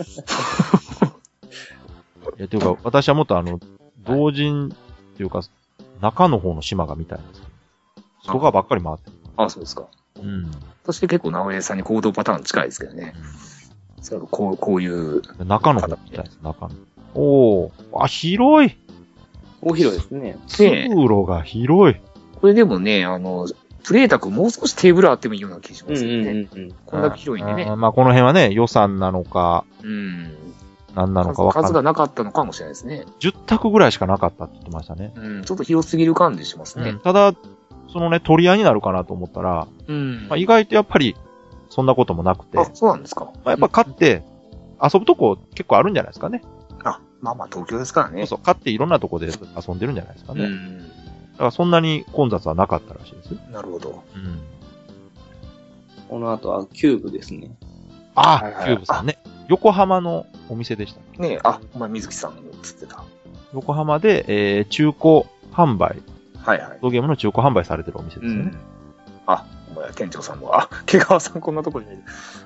Speaker 2: いや、というか、私はもっとあの、同人っていうか、中の方の島が見たいんですけど。外側ばっかり回ってる。
Speaker 3: ああ、そうですか。
Speaker 2: うん。
Speaker 3: そして結構直江さんに行動パターン近いですけどね。そうこう、こういう。
Speaker 2: 中の方みたいです、中の。おー。あ、広い。
Speaker 4: 大広いですね。
Speaker 2: 通路が広い。
Speaker 3: これでもね、あの、プレイタクもう少しテーブルあってもいいような気がしますよね。
Speaker 4: うん。
Speaker 3: こんだけ広いんでね
Speaker 2: あー。まあこの辺はね、予算なのか、
Speaker 3: うん。
Speaker 2: 何なのかわかんない。
Speaker 3: 数がなかったのかもしれないですね。
Speaker 2: じゅったくぐらいしかなかったって言ってましたね。
Speaker 3: うん。ちょっと広すぎる感じしますね
Speaker 2: うん。ただ、そのね、取り合いになるかなと思ったら、
Speaker 3: うん。
Speaker 2: まあ、意外とやっぱり、そんなこともなくて、
Speaker 3: あ、そうなんですか。
Speaker 2: まあ、やっぱ買って、遊ぶとこ結構あるんじゃないですかね。
Speaker 3: あ、まあまあ東京ですからね。
Speaker 2: そうそう、買っていろんなとこで遊んでるんじゃないですかね。だ
Speaker 3: うん。
Speaker 2: からそんなに混雑はなかったらしいですよ。
Speaker 3: なるほど。
Speaker 2: うん。
Speaker 4: この後はキューブですね。
Speaker 2: ああ、
Speaker 3: はいはい
Speaker 2: キューブさんね。横浜のお店でした。
Speaker 3: ねえ、あ、お前水木さん映ってた。
Speaker 2: 横浜で、えー、中古販売、
Speaker 3: はいはい。
Speaker 2: ゲームの中古販売されてるお店ですよね。
Speaker 3: あ、お前店長さんも、あ、毛川さんこんなとこにいる。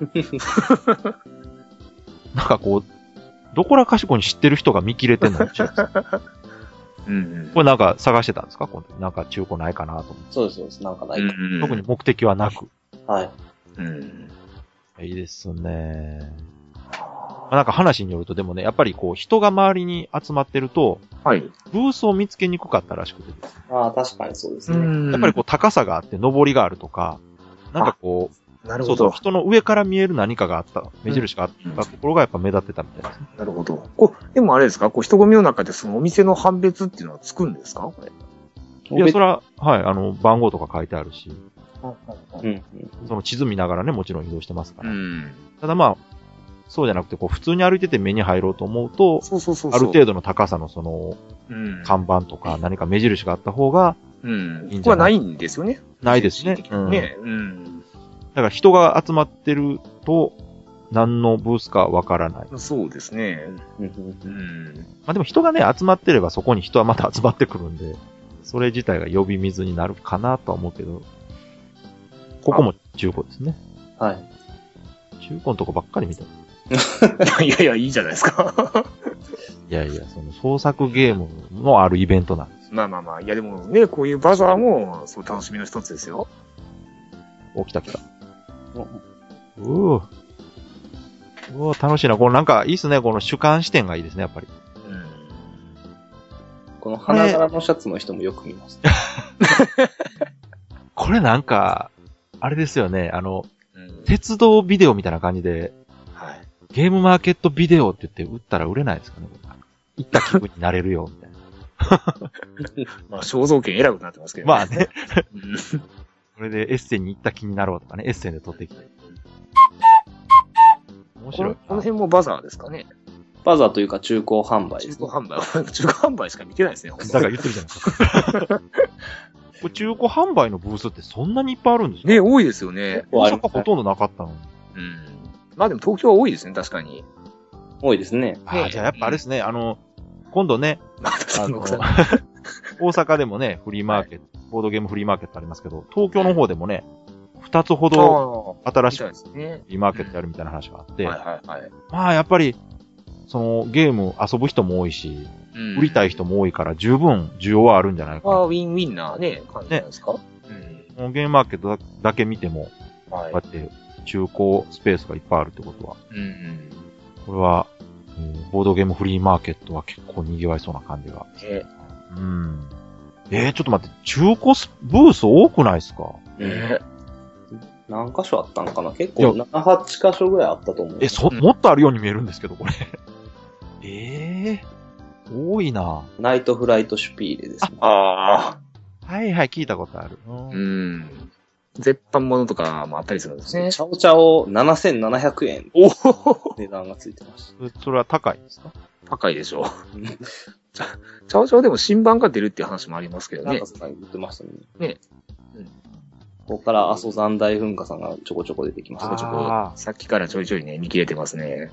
Speaker 2: なんかこう、どこらかしこに知ってる人が見切れてんのかしれないです
Speaker 3: うんうん。
Speaker 2: これなんか探してたんですか今度なんか中古ないかなと思って。
Speaker 4: そうです、そうです。なんかないか。
Speaker 3: うん
Speaker 2: 特に目的はなく。
Speaker 4: はい。
Speaker 3: うん。
Speaker 2: いいですね。まあなんか話によるとでもね、やっぱりこう人が周りに集まってると、
Speaker 3: はい。
Speaker 2: ブースを見つけにくかったらしくてですね、
Speaker 4: ああ、確かにそうですね。
Speaker 3: ん
Speaker 2: やっぱりこう高さがあって上りがあるとか、なんかこう、
Speaker 3: なるほど。
Speaker 2: そうそう、人の上から見える何かがあった、目印があったところがやっぱ目立ってたみたいですね。
Speaker 3: なるほど。こう、でもあれですかこう人混みの中でそのお店の判別っていうのはつくんですかこれ。
Speaker 2: いや、それは、はい、あの、番号とか書いてあるし、
Speaker 4: うんうん。
Speaker 2: その地図見ながらね、もちろん移動してますから。
Speaker 3: ん。
Speaker 2: ただまあ、そうじゃなくて、こう、普通に歩いてて目に入ろうと思うと、
Speaker 3: そうそうそうそう。
Speaker 2: ある程度の高さのその、
Speaker 3: うん。
Speaker 2: 看板とか何か目印があった方が、
Speaker 3: うん。
Speaker 2: いいんじゃな
Speaker 3: ここはないいんですよね。
Speaker 2: ないですね
Speaker 3: 精神的にね。うん。
Speaker 2: だから人が集まってると、何のブースかわからない。
Speaker 3: そうですね。
Speaker 4: うん
Speaker 3: うん。
Speaker 2: まあでも人がね、集まってればそこに人はまた集まってくるんで、それ自体が呼び水になるかなとは思うけど、ここも中古ですね。
Speaker 4: はい。
Speaker 2: 中古のとこばっかり見てる。
Speaker 3: いやいや、いいじゃないですか。
Speaker 2: いやいや、その創作ゲームのあるイベントなんです。
Speaker 3: まあまあまあ、いやでもね、こういうバザーも、そう楽しみの一つですよ。
Speaker 2: お、来た来た。うぅ。うわ、楽しいな。このなんか、いいっすね。この主観視点がいいですね、やっぱり。
Speaker 3: うん。
Speaker 4: この花柄のシャツの人もよく見ます。
Speaker 2: これなんか、あれですよね。あの、
Speaker 3: うん、
Speaker 2: 鉄道ビデオみたいな感じで、
Speaker 3: はい。
Speaker 2: ゲームマーケットビデオって言って売ったら売れないですかね。行った気分になれるよ、みたいな。
Speaker 3: まあ、肖像権偉くなってますけど
Speaker 2: ね。まあね。
Speaker 3: うん、
Speaker 2: これでエッセンに行った気になろうとかね。エッセンで撮ってきて。面白い。
Speaker 3: この辺もバザーですかね。
Speaker 4: バザーというか中古販売です、
Speaker 3: ね。中古販売。中古販売しか見てないですね。
Speaker 2: だから言ってるじゃないですか。これ中古販売のブースってそんなにいっぱいあるんですか？
Speaker 3: ね、多いですよね。
Speaker 2: 大阪ほとんどなかったのに。
Speaker 3: うん。まあでも東京は多いですね、確かに。
Speaker 4: 多いですね。
Speaker 2: ああ、じゃあやっぱあれですね、あの、今度ね、
Speaker 3: あの、
Speaker 2: 大阪でもね、フリーマーケット、ボードゲームフリーマーケットありますけど、東京の方でもね、二つほど新しいフリーマーケットやるみたいな話があって、
Speaker 3: はいはいはい。
Speaker 2: まあやっぱり、そのゲーム遊ぶ人も多いし、売りたい人も多いから十分需要はあるんじゃないかな。
Speaker 3: ああ、ウィンウィンなね、感じじゃないですか。
Speaker 2: ね、うん、ゲームマーケットだけ見ても、はい、こうやって中古スペースがいっぱいあるってことは、うんうん、これは、うん、ボードゲームフリーマーケットは結構賑わいそうな感じが。
Speaker 3: え
Speaker 2: うん、えー、ちょっと待って、中古ブース多くないですか？
Speaker 4: えー、何箇所あったのかな？結構なな、はち箇所ぐらいあったと思う。
Speaker 2: え、そ、もっとあるように見えるんですけど、これ。ええー、多いな。
Speaker 4: ナイトフライトシュピーレですね。
Speaker 3: あ
Speaker 2: あ。はいはい、聞いたことある。
Speaker 3: うん。うん絶版ものとかもあったりするんですね。
Speaker 4: チャオチャオななせんななひゃくえん。
Speaker 3: おお
Speaker 4: 値段がついてました。
Speaker 2: それは高いんですか？
Speaker 3: 高いでしょう。チャオチャオでも新版が出るっていう話もありますけどね。
Speaker 4: なんかさん言ってましたね。
Speaker 3: ね。
Speaker 4: うん、ここから阿蘇山大噴火さんがちょこちょこ出てきました。
Speaker 3: ちょこちょこ。さっきからちょいちょいね、見切れてますね。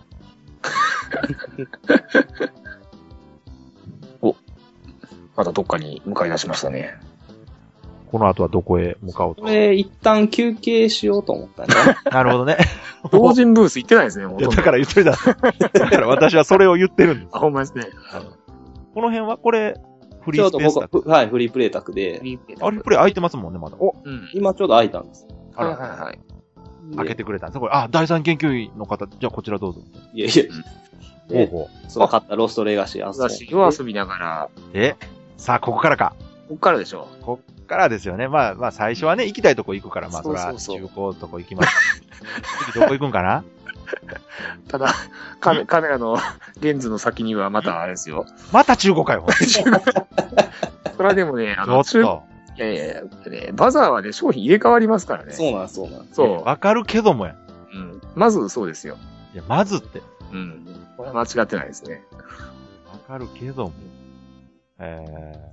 Speaker 3: お、またどっかに向かい出しましたね。
Speaker 2: この後はどこへ向かおうと。
Speaker 4: これ、一旦休憩しようと思ったね。
Speaker 2: なるほどね。
Speaker 3: 同人ブース行ってないですね、ほとんど。
Speaker 2: だから言ってるだろ。だから私はそれを言ってるんです。
Speaker 3: あ、ほんまですね。
Speaker 2: この辺はこれ、フリースペースだ。
Speaker 4: はい、フリープレイ宅で。
Speaker 2: フリープレイあれ、プレイ空いてますもんね、まだ。お、
Speaker 4: うん、今ちょうど空いたんです。
Speaker 3: はいはいはい。
Speaker 2: 開けてくれたんですこれ、あ、第三研究員の方、じゃあこちらどうぞ。
Speaker 4: いやいや。
Speaker 2: ほうほ
Speaker 4: う。その買ったロストレガシー遊
Speaker 3: ぶ。レガシーを遊びながら。
Speaker 2: で、さあ、ここからか。
Speaker 3: ここからでしょ
Speaker 2: う。こっからですよね。まあ、まあ、最初はね、行きたいとこ行くから、まあ、そら、中古とこ行きます。次どこ行くんかな
Speaker 3: ただ、カメ、カメラのレンズの先にはまたあれですよ。
Speaker 2: また中古かよ。
Speaker 3: それはでもね、あの、
Speaker 2: ちょっと。
Speaker 3: いやいやいや、ね、バザーはね、商品入れ替わりますからね。
Speaker 4: そうなんそうなん
Speaker 3: そう。
Speaker 2: わかるけどもや。
Speaker 3: うん。まずそうですよ。
Speaker 2: いや、まずって。
Speaker 3: うん。これは間違ってないですね。
Speaker 2: わかるけども。え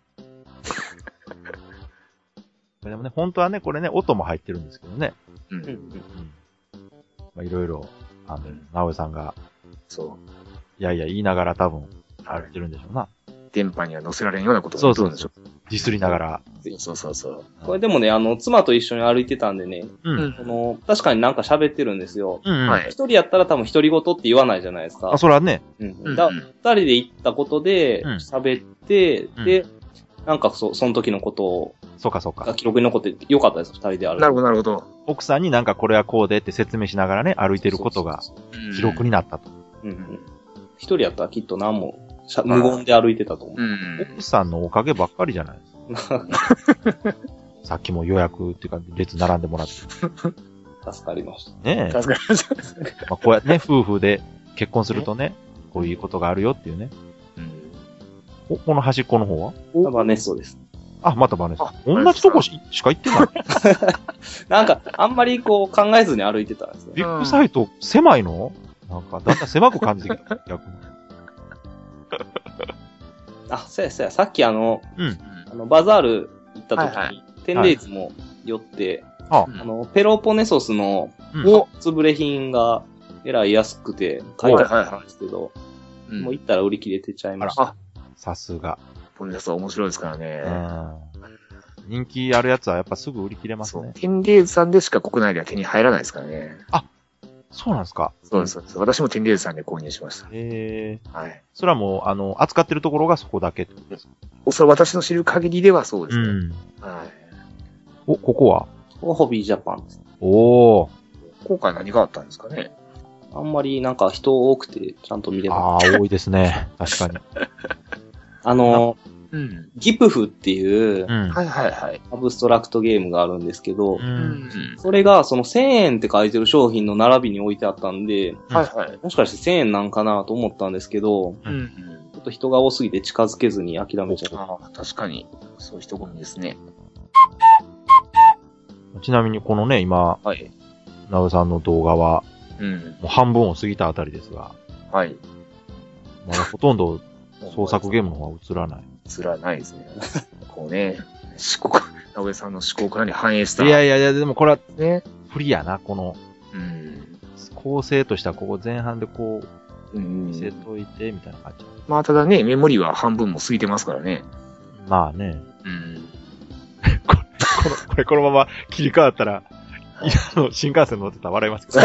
Speaker 2: ー。でもね、本当はね、これね、音も入ってるんですけどね。
Speaker 3: うん。うん。
Speaker 2: まあ、いろいろ、あの、直江さんが、
Speaker 3: そう。
Speaker 2: いやいや言いながら多分、歩いてるんでしょうな。
Speaker 3: 電波には載せられんようなことを言ってるんでしょ。
Speaker 2: そうそうそう。ディスりながら。
Speaker 3: そうそうそう。
Speaker 4: これでもね、あの、妻と一緒に歩いてたんでね、
Speaker 2: うん。
Speaker 4: この、確かになんか喋ってるんですよ。
Speaker 2: うん、うん。はい。
Speaker 4: 一人やったら多分独り言って言わないじゃないですか。
Speaker 2: あ、それはね。
Speaker 4: うん。だ、二人で行ったことで、喋って、うん、で、なんかそ、その時のことを、
Speaker 2: そうかそうか。
Speaker 4: 記録に残ってよかったです、二人で歩いて。
Speaker 3: なるほど、なるほど。
Speaker 2: 奥さんになんかこれはこうでって説明しながらね、歩いてることが、記録になったと。
Speaker 4: うんうん。一人やったらきっと何も、無言で歩いてたと思う。
Speaker 2: うん、奥さんのおかげばっかりじゃないですか。さっきも予約っていうか、列並んでもらって。
Speaker 4: 助かりました。
Speaker 2: ねえ。
Speaker 3: 助かりました。
Speaker 2: まあこうやってね、夫婦で結婚するとね、こういうことがあるよっていうね。うん、お、この端っこの方は
Speaker 4: バネストです。
Speaker 2: あ、またバネスト。同じとこししか行ってない。
Speaker 4: なんか、あんまりこう考えずに歩いてたんですよ。
Speaker 2: ビッグサイト狭いのなんか、だんだん狭く感じてきた。逆に。
Speaker 4: あ、そうやそうや、さっきあの、
Speaker 2: うん。
Speaker 4: あの、バザール行った時に、はいはい、テンデイズも寄って、はい、あの、ペロポネソスの、お、潰れ品が、えらい安くて、買いたかったんですけど、はいはい、もう行ったら売り切れてちゃいました。
Speaker 2: さすが。
Speaker 3: ポネソスは面白いですからね。うん。
Speaker 2: 人気あるやつはやっぱすぐ売り切れますね。
Speaker 3: テンデイズさんでしか国内では手に入らないですからね。
Speaker 2: あ、 そうなんですか？
Speaker 3: そうです、そうです。私もテンレーズさんで購入しました。
Speaker 2: へ
Speaker 3: ー。はい。
Speaker 2: それはもう、あの、扱ってるところがそこだけってことですか？
Speaker 3: それ私の知る限りではそうですね。うん。はい。
Speaker 2: お、ここは
Speaker 4: ホビージャパンです。
Speaker 2: おー。
Speaker 3: 今回何があったんですかね？
Speaker 4: あんまりなんか人多くてちゃんと見れ
Speaker 2: ば。ああ、多いですね。確かに。
Speaker 4: あの、
Speaker 3: うん、
Speaker 4: ギプフっていう、
Speaker 3: うん、はいはいはい。
Speaker 4: アブストラクトゲームがあるんですけど、
Speaker 2: うん、
Speaker 4: それがそのせんえんって書いてる商品の並びに置いてあったんで、
Speaker 3: はいはい、
Speaker 4: もしかしてせんえんなんかなと思ったんですけど、
Speaker 3: うん、
Speaker 4: ちょっと人が多すぎて近づけずに諦めちゃった。
Speaker 3: ああ、確かに。そういう人混みですね。
Speaker 2: ちなみにこのね、今、
Speaker 3: はい。
Speaker 2: なおさんの動画は、
Speaker 3: うん、
Speaker 2: もう半分を過ぎたあたりですが、
Speaker 3: はい。
Speaker 2: まだほとんど創作ゲームの方は映らない。
Speaker 3: 映らないですね。こうね、思考、なおえさんの思考からに反映した。
Speaker 2: いやいやいや、でもこれは、
Speaker 3: ね、
Speaker 2: 不利やな、この、
Speaker 3: うん。
Speaker 2: 構成としたここ前半でこう、
Speaker 3: うん、
Speaker 2: 見せといて、みたいな感じ。
Speaker 3: まあただね、メモリは半分も過ぎてますからね。
Speaker 2: まあね。
Speaker 3: うん。
Speaker 2: これ、この、これこのまま切り替わったら、いや、あの、新幹線乗ってたら笑いますけど。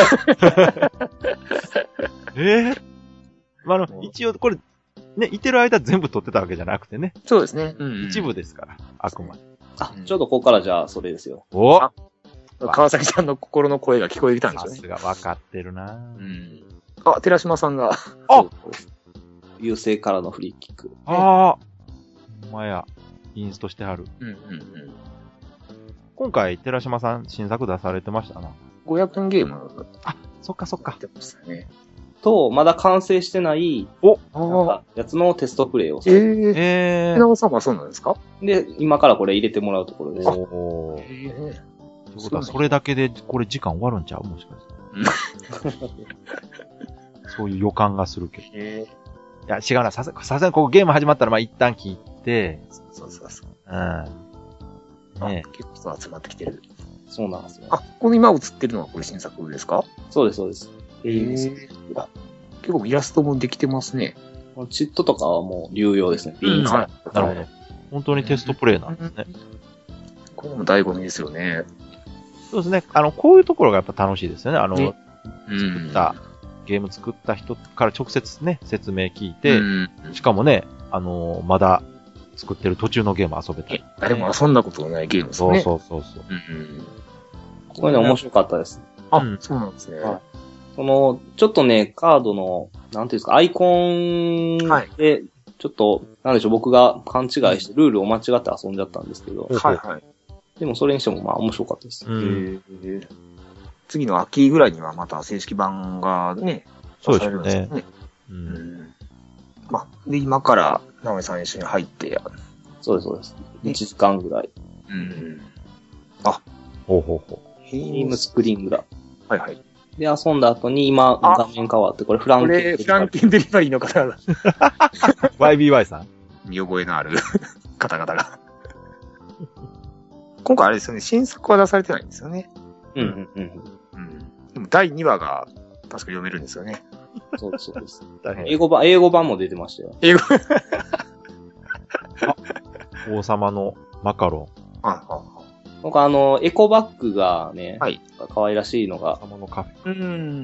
Speaker 2: えー、まあ、あの、一応、これ、ね、いてる間全部撮ってたわけじゃなくてね。
Speaker 3: そうですね。
Speaker 2: うんうん、一部ですから、あくまで。
Speaker 4: あ、ちょうどここからじゃあ、それですよ。
Speaker 2: お
Speaker 3: 川崎さんの心の声が聞こえてきたんですよね。
Speaker 2: さすが分かってるな、うん、
Speaker 3: あ、寺島さんが。
Speaker 2: あ
Speaker 4: 優勢からのフリーキック。
Speaker 2: ああほんまや。インストしてはる。
Speaker 3: うんうんうん。
Speaker 2: 今回、寺島さん新作出されてましたな。
Speaker 3: ごひゃくえんゲーム。
Speaker 2: あ、そっかそっか。
Speaker 3: ってましたね。
Speaker 4: と、まだ完成してない、
Speaker 2: お
Speaker 4: あやつのテストプレイを
Speaker 3: されて。えー。
Speaker 2: えー。
Speaker 3: なおさんはそうなんですか？
Speaker 4: で、今からこれ入れてもらうところです。
Speaker 2: おー。えー。ということは、それだけで、これ時間終わるんちゃうもしかして。そういう予感がするけど。
Speaker 3: え
Speaker 2: ー、いや、違うな。さすがにここゲーム始まったら、まあ、一旦切って、
Speaker 3: そうそうそう。
Speaker 2: うん。ね
Speaker 3: 結構人集まってきてる。
Speaker 4: そうなんですよ。
Speaker 3: あ、この今映ってるのはこれ新作ですか？
Speaker 4: そうです、そうです。
Speaker 3: えー、結構イラストもできてますね。
Speaker 4: チットとかはもう流用ですね。
Speaker 2: うん、はい。なるほど。本当にテストプレイなんですね。
Speaker 3: これも醍醐味ですよね。
Speaker 2: そうですね。あの、こういうところがやっぱ楽しいですよね。あの、
Speaker 3: ね、
Speaker 2: 作った、ゲーム作った人から直接ね、説明聞いて、しかもね、あの、まだ作ってる途中のゲーム遊べたり、ね。
Speaker 3: あ、でも遊んだことのないゲームですね。
Speaker 2: そうそうそうそう。
Speaker 3: うん、
Speaker 4: これね、面白かったです。
Speaker 3: あ、うん、そうなんですね。はい、
Speaker 4: その、ちょっとね、カードの、なんていうんですか、アイコンで、ちょっと、なんでしょう、僕が勘違いして、ルールを間違って遊んじゃったんですけど。
Speaker 3: はいはい。
Speaker 4: でもそれにしてもまあ面白かったです。
Speaker 2: うん、
Speaker 3: 次の秋ぐらいにはまた正式版がね、
Speaker 2: そうですね。
Speaker 3: ねうん、まあ、で、今から、直江さん一緒に入って、
Speaker 4: そうです、そうです。いちじかんぐらい。
Speaker 3: うん。あ、
Speaker 2: ほうほうほう。
Speaker 4: ヘイムスプリングだ。
Speaker 3: はいはい。
Speaker 4: で、遊んだ後に今、画面変わって、これフランケンデリバリー。
Speaker 3: これ、フランケンデリバリーの方だ。
Speaker 2: ワイビーワイ さん
Speaker 3: 見覚えのある方々が。今回あれですよね、新作は出されてないんですよね。
Speaker 4: うんうんうん。
Speaker 3: うん。でもだいにわが確か読めるんですよね。
Speaker 4: そうです、そうです。英語版、英語版も出てましたよ。
Speaker 3: 英語
Speaker 2: あ、王様のマカロン。
Speaker 3: あ、あ、
Speaker 4: 僕あの、エコバッグがね、
Speaker 3: はい。
Speaker 4: 可愛らしいのが、
Speaker 2: 王様のカフ
Speaker 3: ェ。うん。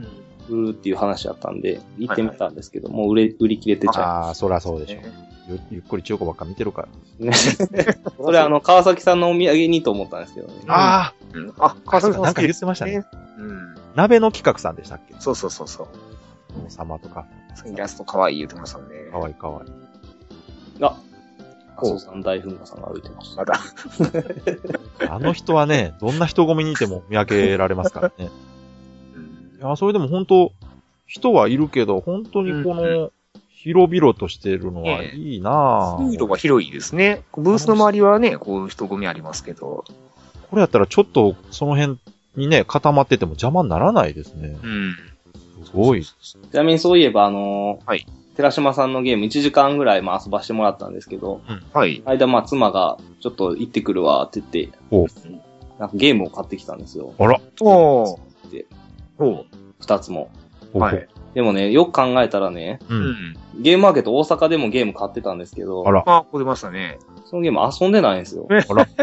Speaker 4: 売るっていう話だったんで、行ってみたんですけど、はいはい、もう売れ、売り切れてちゃう。
Speaker 2: ああ、そりゃそうでしょう。ゆ, ゆっくり中古ばっか見てるから。
Speaker 4: ね、それあの、川崎さんのお土産にと思ったんですけどね。
Speaker 2: ああ、
Speaker 3: うん、あ、川崎さん
Speaker 2: なんか言ってましたね。
Speaker 3: うん。
Speaker 2: 鍋の企画さんでしたっけ？
Speaker 3: そうそうそうそう。
Speaker 2: 王様とか。
Speaker 3: イラスト可愛い言ってましたね。
Speaker 2: 可愛い可愛い。
Speaker 4: あ、麻生さん大噴火さんが歩いてました。
Speaker 3: まだ。
Speaker 2: あの人はね、どんな人混みにいても見分けられますからね。うん、いや、それでも本当、人はいるけど、本当にこの、うん広々としてるのはいいなぁ。
Speaker 3: 通路は広いですね。ブースの周りはね、こういう人混みありますけど。
Speaker 2: これやったらちょっとその辺にね、固まってても邪魔にならないですね。
Speaker 3: うん。
Speaker 2: すごい。
Speaker 4: ちなみにそういえばあのー、
Speaker 3: はい。
Speaker 4: 寺島さんのゲームいちじかんぐらいまあ遊ばしてもらったんですけど、
Speaker 3: うん、はい。
Speaker 4: 間まあ妻がちょっと行ってくるわって言って、
Speaker 2: お
Speaker 4: なんかゲームを買ってきたんですよ。
Speaker 2: あら。
Speaker 3: おー。
Speaker 4: で、
Speaker 3: お
Speaker 4: 二つも。
Speaker 3: はい。
Speaker 4: でもね、よく考えたらね、
Speaker 2: うん、
Speaker 4: ゲームマーケット大阪でもゲーム買ってたんですけど、
Speaker 3: あら。あ、ここ出ましたね。
Speaker 4: そのゲーム遊んでないんですよ。
Speaker 2: あら。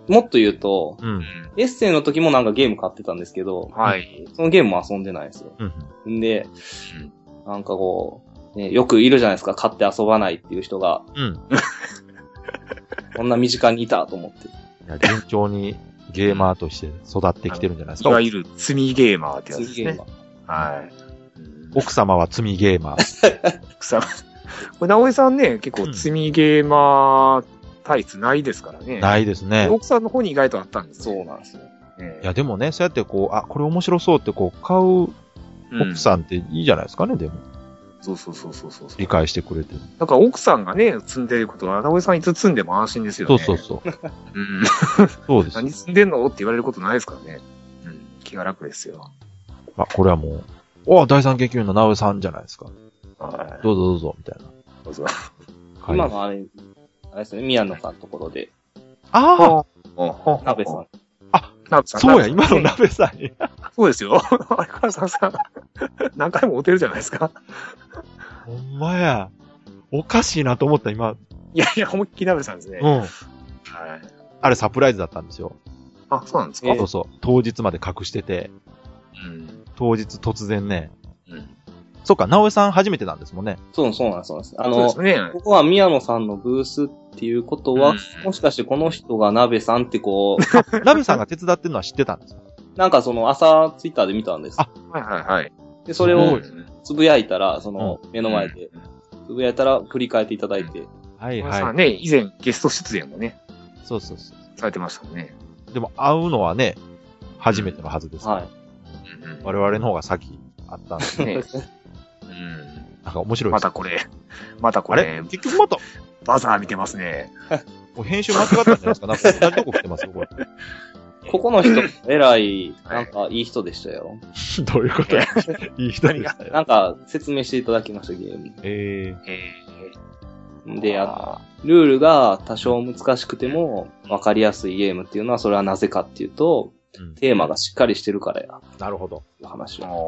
Speaker 4: もっと言うと、
Speaker 2: うん。
Speaker 4: エッセイの時もなんかゲーム買ってたんですけど、
Speaker 3: はい。
Speaker 4: そのゲームも遊んでないんですよ。
Speaker 2: うん。
Speaker 4: んで、なんかこう、ね、よくいるじゃないですか、買って遊ばないっていう人が。
Speaker 2: うん。
Speaker 4: こんな身近にいたと思って。
Speaker 2: いや、順調にゲーマーとして育ってきてるんじゃないですか。
Speaker 3: いわゆる積みゲーマーってやつですね。
Speaker 4: 積みゲーマ
Speaker 3: ー。はい。
Speaker 2: 奥様は積みゲーマー。
Speaker 3: 奥様。これ、直江さんね、結構積みゲーマー体質ないですからね。
Speaker 2: ないですね。
Speaker 3: 奥さんの方に意外とあったんです
Speaker 4: よ。そうなんですよ。
Speaker 2: いや、でもね、そうやってこう、あ、これ面白そうってこう、買う奥さんっていいじゃないですかね、でも。
Speaker 3: そうそうそうそうそう。
Speaker 2: 理解してくれてる。
Speaker 3: だから奥さんがね、積んでることは、直江さんいつ積んでも安心ですよね。
Speaker 2: そうそうそう。
Speaker 3: うん。
Speaker 2: そうです。
Speaker 3: 何積んでんのって言われることないですからね。うん。気が楽ですよ。
Speaker 2: あ、これはもう、お第三研究員の直江さんじゃないですか。
Speaker 3: はい。
Speaker 2: どうぞどうぞ、みたいな。
Speaker 3: どうぞ。
Speaker 4: 今のあれ、あれですね、宮野さんのところで。
Speaker 2: あ
Speaker 3: あ
Speaker 4: 鍋さん。
Speaker 2: あ、鍋さん。そうや、今の鍋さん。
Speaker 3: そうですよ。あれからさ、さ、何回もおてるじゃないですか。
Speaker 2: ほんまや。おかしいなと思った、今。
Speaker 3: いやいや、思いっきり鍋さんですね。
Speaker 2: うん。はい。あれサプライズだったんですよ。
Speaker 3: あ、そうなんですか？
Speaker 2: そうそう。当日まで隠してて。
Speaker 3: うん。
Speaker 2: 当日突然ね。
Speaker 3: うん。
Speaker 2: そっか、直江さん初めてなんですもんね。
Speaker 4: そう、そうなんです、そうなんです。あの、
Speaker 3: そうですね、
Speaker 4: ここは宮野さんのブースっていうことは、うん、もしかしてこの人が鍋さんってこ
Speaker 2: う。鍋さんが手伝ってるのは知ってたんですか？
Speaker 4: なんかその朝ツイッターで見たんです。
Speaker 3: あ、はいはいはい。
Speaker 4: で、それをつぶやいたら、その目の前で、つぶやいたら振り返っていただいて。
Speaker 2: はいはい。
Speaker 3: さあね、以前ゲスト出演もね。
Speaker 2: そうそうそう。
Speaker 3: されてましたね。
Speaker 2: でも会うのはね、初めてのはずです、ね。はい。我々の方が先あったんですね。うん。なんか面白いです。
Speaker 3: またこれ、またこれ。
Speaker 2: あれ結局また。
Speaker 3: バザー見てますね。
Speaker 2: もう編集間違ったんじゃないですか？なんか同じとこ来てますよ、これ。
Speaker 4: ここの人、えらい、なんかいい人でしたよ。
Speaker 2: どういうことやいい人でしたよ。
Speaker 4: なんか説明していただきました、ゲーム。
Speaker 2: えー、
Speaker 4: えー。で、あルールが多少難しくても分かりやすいゲームっていうのは、それはなぜかっていうと、うん、テーマがしっかりしてるからや。
Speaker 2: なるほど。
Speaker 4: 話は。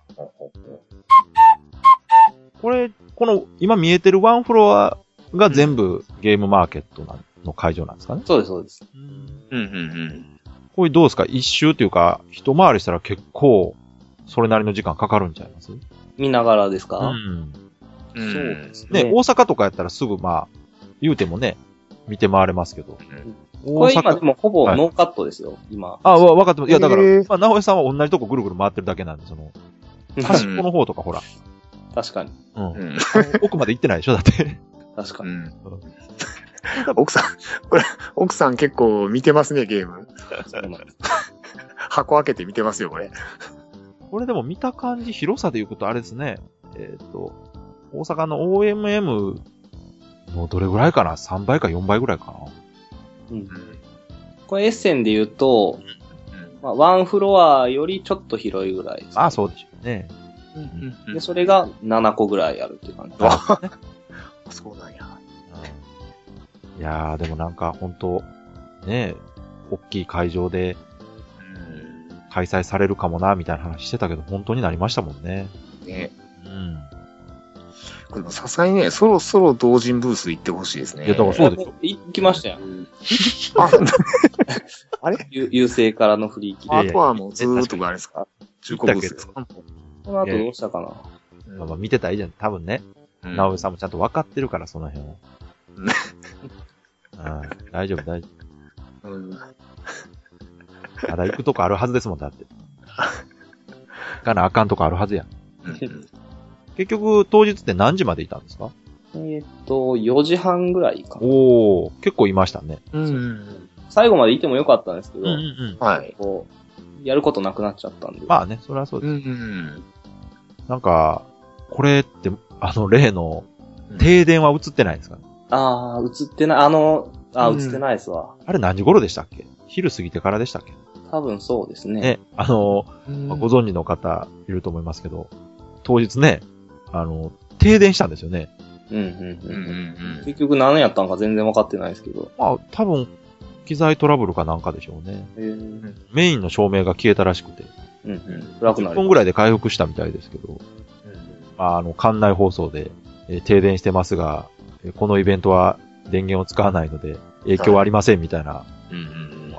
Speaker 2: これ、この、今見えてるワンフロアが全部ゲームマーケットの会場なんですかね？
Speaker 4: そうです、そうです。
Speaker 3: うん、うん、うん。
Speaker 2: これどうですか？一周というか、一回りしたら結構、それなりの時間かかるんちゃいます？
Speaker 4: 見ながらですか？
Speaker 2: うん。
Speaker 4: そうですね。
Speaker 2: ね、大阪とかやったらすぐまあ、言うてもね、見て回れますけど。
Speaker 4: うん、これ今でもほぼノーカットですよ、はい、今。
Speaker 2: あ、わ、分かってます。いや、だから、まあ、直江さんは同じとこぐるぐる回ってるだけなんで、その、端っこの方とかほら。
Speaker 4: 確かに。
Speaker 2: うん。うん、奥まで行ってないでしょ、だって。
Speaker 4: 確かに。うん
Speaker 3: 奥さん、これ、奥さん結構見てますね、ゲーム。そうなんです。箱開けて見てますよ、これ。
Speaker 2: これでも見た感じ、広さで言うことあれですね。えっと、大阪の オーエムエム のどれぐらいかな ?さん 倍かよんばいぐらいかな。
Speaker 4: うん。これエッセンで言うと、まあ、ワンフロアよりちょっと広いぐらいです、ね。
Speaker 2: ああ、そうでしょうね。
Speaker 4: うんうん、で、それがななこぐらいあるっていう感じ。
Speaker 3: そうなんや。
Speaker 2: いやー、でもなんか本当ねえ、大きい会場で、開催されるかもな、みたいな話してたけど、本当になりましたもんね。
Speaker 3: ね。
Speaker 2: うん。
Speaker 3: これさすがにね、そろそろ同人ブース行ってほしいですね。
Speaker 2: いや、だからそうですよ。
Speaker 4: 行きましたよ。
Speaker 3: あ、あれ
Speaker 4: 優勢からのフリーキ
Speaker 3: ー。あとはもうずーっとあれですか中古ブースですか
Speaker 4: この後どうしたかな。
Speaker 2: まあまあ見てたらいいじゃん。多分ね。直江さんもちゃんと分かってるから、その辺を。ああ大丈夫、大丈夫。うん、まだ行くとこあるはずですもん、だって。行かなあかんとこあるはずや。結局、当日って何時までいたんですか？
Speaker 4: えー、っと、よじはんぐらいかな。
Speaker 2: おー、結構いましたね。
Speaker 3: うん。
Speaker 4: 最後までいてもよかったんですけど、
Speaker 2: うんうんうん、
Speaker 3: はい。
Speaker 4: こう、やることなくなっちゃったんで。
Speaker 2: まあね、それはそうです。
Speaker 3: うんうん、
Speaker 2: なんか、これって、あの、例の、停電は映ってないですか？
Speaker 4: ああ、映ってない、あの、あ、映ってないですわ、
Speaker 2: うん。あれ何時頃でしたっけ？昼過ぎてからでしたっけ？
Speaker 4: 多分そうですね。
Speaker 2: ね、あの、まあ、ご存知の方いると思いますけど、当日ね、あの、停電したんですよね。
Speaker 4: うんうんうんうん。結局何やったんか全然分かってないですけど。
Speaker 2: まあ、多分、機材トラブルかなんかでしょうね。メインの照明が消えたらしくて。
Speaker 4: うんうん。暗くなる。
Speaker 2: いっぷんぐらいで回復したみたいですけど、うん、あの、館内放送で、えー、停電してますが、このイベントは電源を使わないので影響はありませんみたいな、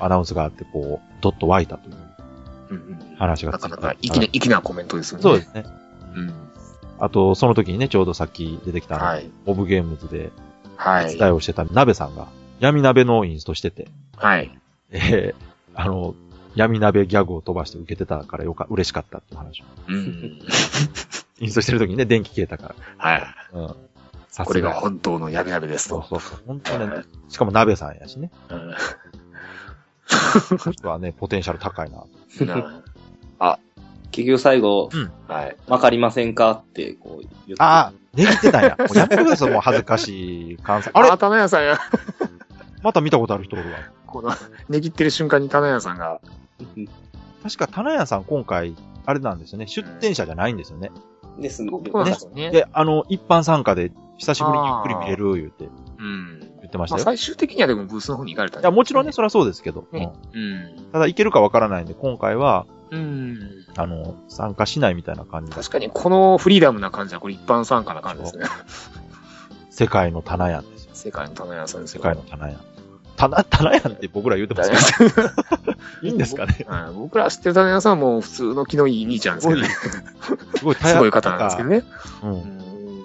Speaker 2: アナウンスがあって、こう、ドッと湧いたという話がついた。
Speaker 3: なかなか粋な、粋なコメントですよね。
Speaker 2: そうですね。
Speaker 3: うん。
Speaker 2: あと、その時にね、ちょうどさっき出てきた、はい、モブゲームズで、
Speaker 3: はい。
Speaker 2: 手伝いをしてた鍋さんが、闇鍋のインストしてて、
Speaker 3: はい。
Speaker 2: えー、あの、闇鍋ギャグを飛ばして受けてたからよか、嬉しかったっていう話を。
Speaker 3: うん。
Speaker 2: インストしてる時にね、電気消えたから。
Speaker 3: はい。うん。さすが。これが本当の闇鍋ですと。
Speaker 2: そうそうそう。本当ね、はい、しかも鍋さんやしね。うん。この人はね、ポテンシャル高いな。
Speaker 4: あ、結局最後、うん、はい。わかりませんかってこう言って。
Speaker 2: ああ、ねぎってたんや。もうやめてください、もう恥ずかしい関西。あれ
Speaker 3: あ、棚屋さんや。
Speaker 2: また見たことある人おるわ。
Speaker 3: この、ねぎってる瞬間に棚屋さんが。
Speaker 2: 確か棚屋さん今回、あれなんですよね。出店者じゃないんですよね。
Speaker 4: ですね。
Speaker 2: ね。で、あの、一般参加で久しぶりにゆっくり見れる言うて。うん。言ってましたよ。
Speaker 3: まあ、最終的にはでもブースの方に行かれたん
Speaker 2: です、ね。いや、もちろんね、それはそうですけど。
Speaker 3: ね、うん。
Speaker 2: ただ、行けるかわからないんで、今回は、
Speaker 3: うん。
Speaker 2: あの、参加しないみたいな感じ。
Speaker 3: 確かに、このフリーダムな感じは、これ一般参加な感じですね。
Speaker 2: 世界の棚屋ですよ。
Speaker 3: 世界の棚屋さんですよ。
Speaker 2: 世界の棚屋。棚、棚屋って僕ら言うてますかいいんですかね、
Speaker 3: はい、僕ら知ってる棚屋さんはもう普通の気のいい兄ちゃんですけどね。すごい、すごい方なんですけどね。うん。